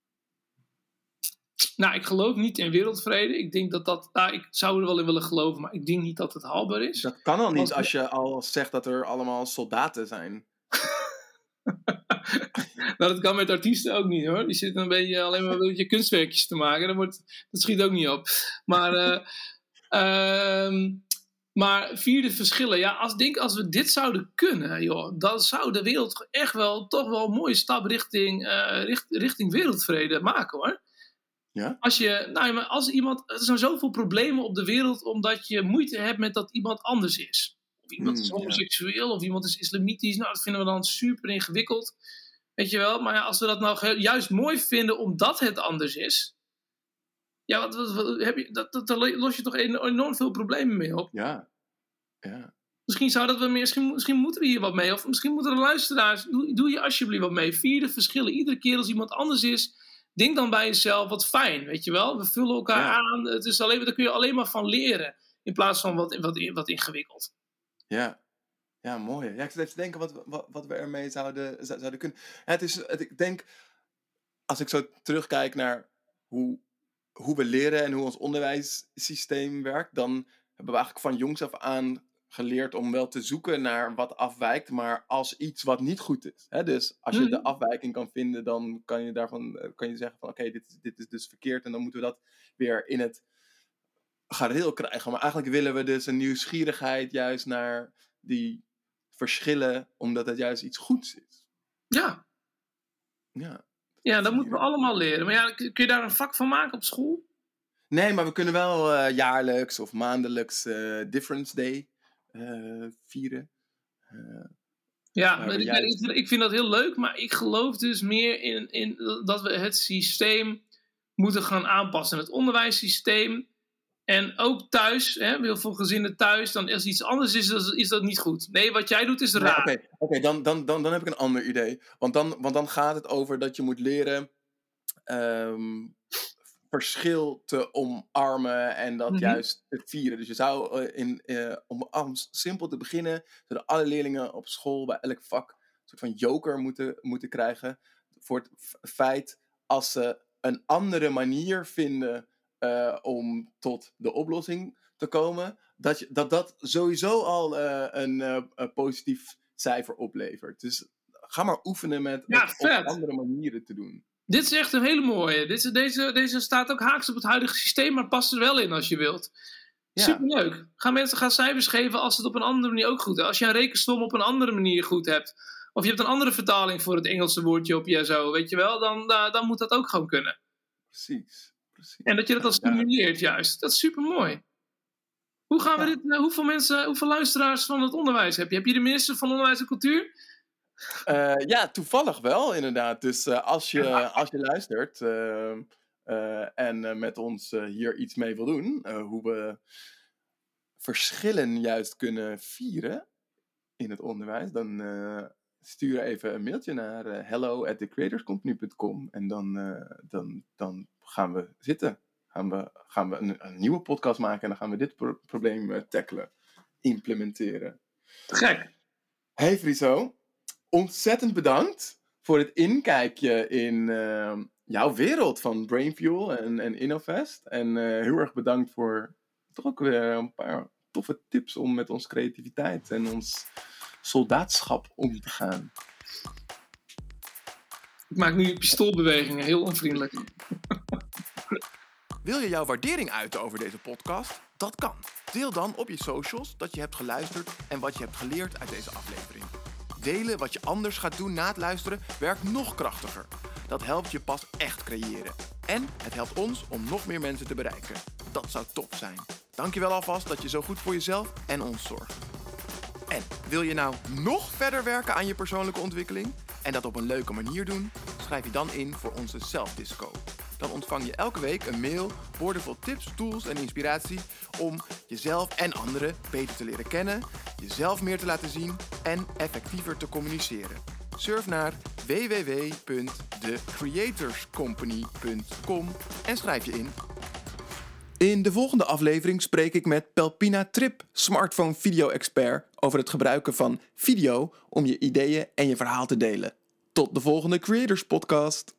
Nou, ik geloof niet in wereldvrede. Ik denk ik zou er wel in willen geloven, maar ik denk niet dat het haalbaar is. Dat kan al niet als je al zegt dat er allemaal soldaten zijn. Nou, dat kan met artiesten ook niet hoor. Die zitten alleen maar een beetje kunstwerkjes te maken. Dat schiet ook niet op. Maar vierde verschillen. Ja, als we dit zouden kunnen, joh, dan zou de wereld echt wel toch wel een mooie stap richting wereldvrede maken hoor. Ja? Er zijn zoveel problemen op de wereld omdat je moeite hebt met dat iemand anders is. Of iemand is homoseksueel of iemand is islamitisch. Nou, dat vinden we dan super ingewikkeld. Weet je wel? Maar ja, als we dat nou juist mooi vinden omdat het anders is. Ja, daar los je toch enorm veel problemen mee op. Ja. Misschien moeten we hier wat mee. Of misschien moeten de luisteraars. Doe je alsjeblieft wat mee. Vierde verschillen. Iedere keer als iemand anders is. Denk dan bij jezelf, wat fijn, weet je wel. We vullen elkaar aan. Daar kun je alleen maar van leren. In plaats van wat ingewikkeld. Ja, mooi. Ja, ik zit even te denken wat we ermee zouden kunnen. Ik denk, als ik zo terugkijk naar hoe we leren en hoe ons onderwijssysteem werkt, dan hebben we eigenlijk van jongs af aan geleerd om wel te zoeken naar wat afwijkt, maar als iets wat niet goed is. Hè? Dus als je de afwijking kan vinden, dan kan je zeggen van oké, dit is dus verkeerd en dan moeten we dat weer in het gareel krijgen. Maar eigenlijk willen we dus een nieuwsgierigheid juist naar die verschillen, omdat het juist iets goeds is. Ja. Ja, dat moeten we allemaal leren. Maar ja, kun je daar een vak van maken op school? Nee, maar we kunnen wel jaarlijks of maandelijks Difference Day vieren. Ik vind dat heel leuk, maar ik geloof dus meer in dat we het systeem moeten gaan aanpassen. Het onderwijssysteem. En ook thuis, heel veel gezinnen thuis, dan als iets anders is dat niet goed. Nee, wat jij doet is raar. Oké, dan heb ik een ander idee. Want dan gaat het over dat je moet leren verschil te omarmen en dat juist te vieren. Dus je zou, om simpel te beginnen, zouden alle leerlingen op school bij elk vak een soort van joker moeten krijgen. Voor het feit als ze een andere manier vinden om tot de oplossing te komen, dat sowieso al een positief cijfer oplevert. Dus ga maar oefenen met op andere manieren te doen. Dit is echt een hele mooie. Deze staat ook haaks op het huidige systeem, maar past er wel in als je wilt. Ja. Superleuk. Gaan cijfers geven als het op een andere manier ook goed is. Als je een rekensom op een andere manier goed hebt, of je hebt een andere vertaling voor het Engelse woordje op zo, weet je wel, dan moet dat ook gewoon kunnen. Precies. En dat je dat dan stimuleert juist. Dat is supermooi. Hoe gaan we dit? Hoeveel luisteraars van het onderwijs heb je? Heb je de minister van Onderwijs en Cultuur? Toevallig wel inderdaad. Dus als je luistert en met ons hier iets mee wil doen, hoe we verschillen juist kunnen vieren in het onderwijs, dan stuur even een mailtje naar hello@thecreatorscompany.com en dan gaan we zitten. Gaan we een nieuwe podcast maken en dan gaan we dit probleem tackelen, implementeren. Gek. Hey Friso, ontzettend bedankt voor het inkijkje in jouw wereld van Brainfuel en Innovest. En heel erg bedankt voor toch ook weer een paar toffe tips om met onze creativiteit en ons soldaatschap om te gaan. Ik maak nu pistoolbewegingen, heel onvriendelijk. Wil je jouw waardering uiten over deze podcast? Dat kan. Deel dan op je socials dat je hebt geluisterd en wat je hebt geleerd uit deze aflevering. Delen wat je anders gaat doen na het luisteren werkt nog krachtiger. Dat helpt je pas echt creëren. En het helpt ons om nog meer mensen te bereiken. Dat zou top zijn. Dankjewel alvast dat je zo goed voor jezelf en ons zorgt. En wil je nou nog verder werken aan je persoonlijke ontwikkeling en dat op een leuke manier doen? Schrijf je dan in voor onze Self-Disco. Dan ontvang je elke week een mail, boordevol tips, tools en inspiratie om jezelf en anderen beter te leren kennen, jezelf meer te laten zien en effectiever te communiceren. Surf naar www.thecreatorscompany.com en schrijf je in. In de volgende aflevering spreek ik met Pelpina Trip, smartphone video-expert, over het gebruiken van video om je ideeën en je verhaal te delen. Tot de volgende Creators Podcast.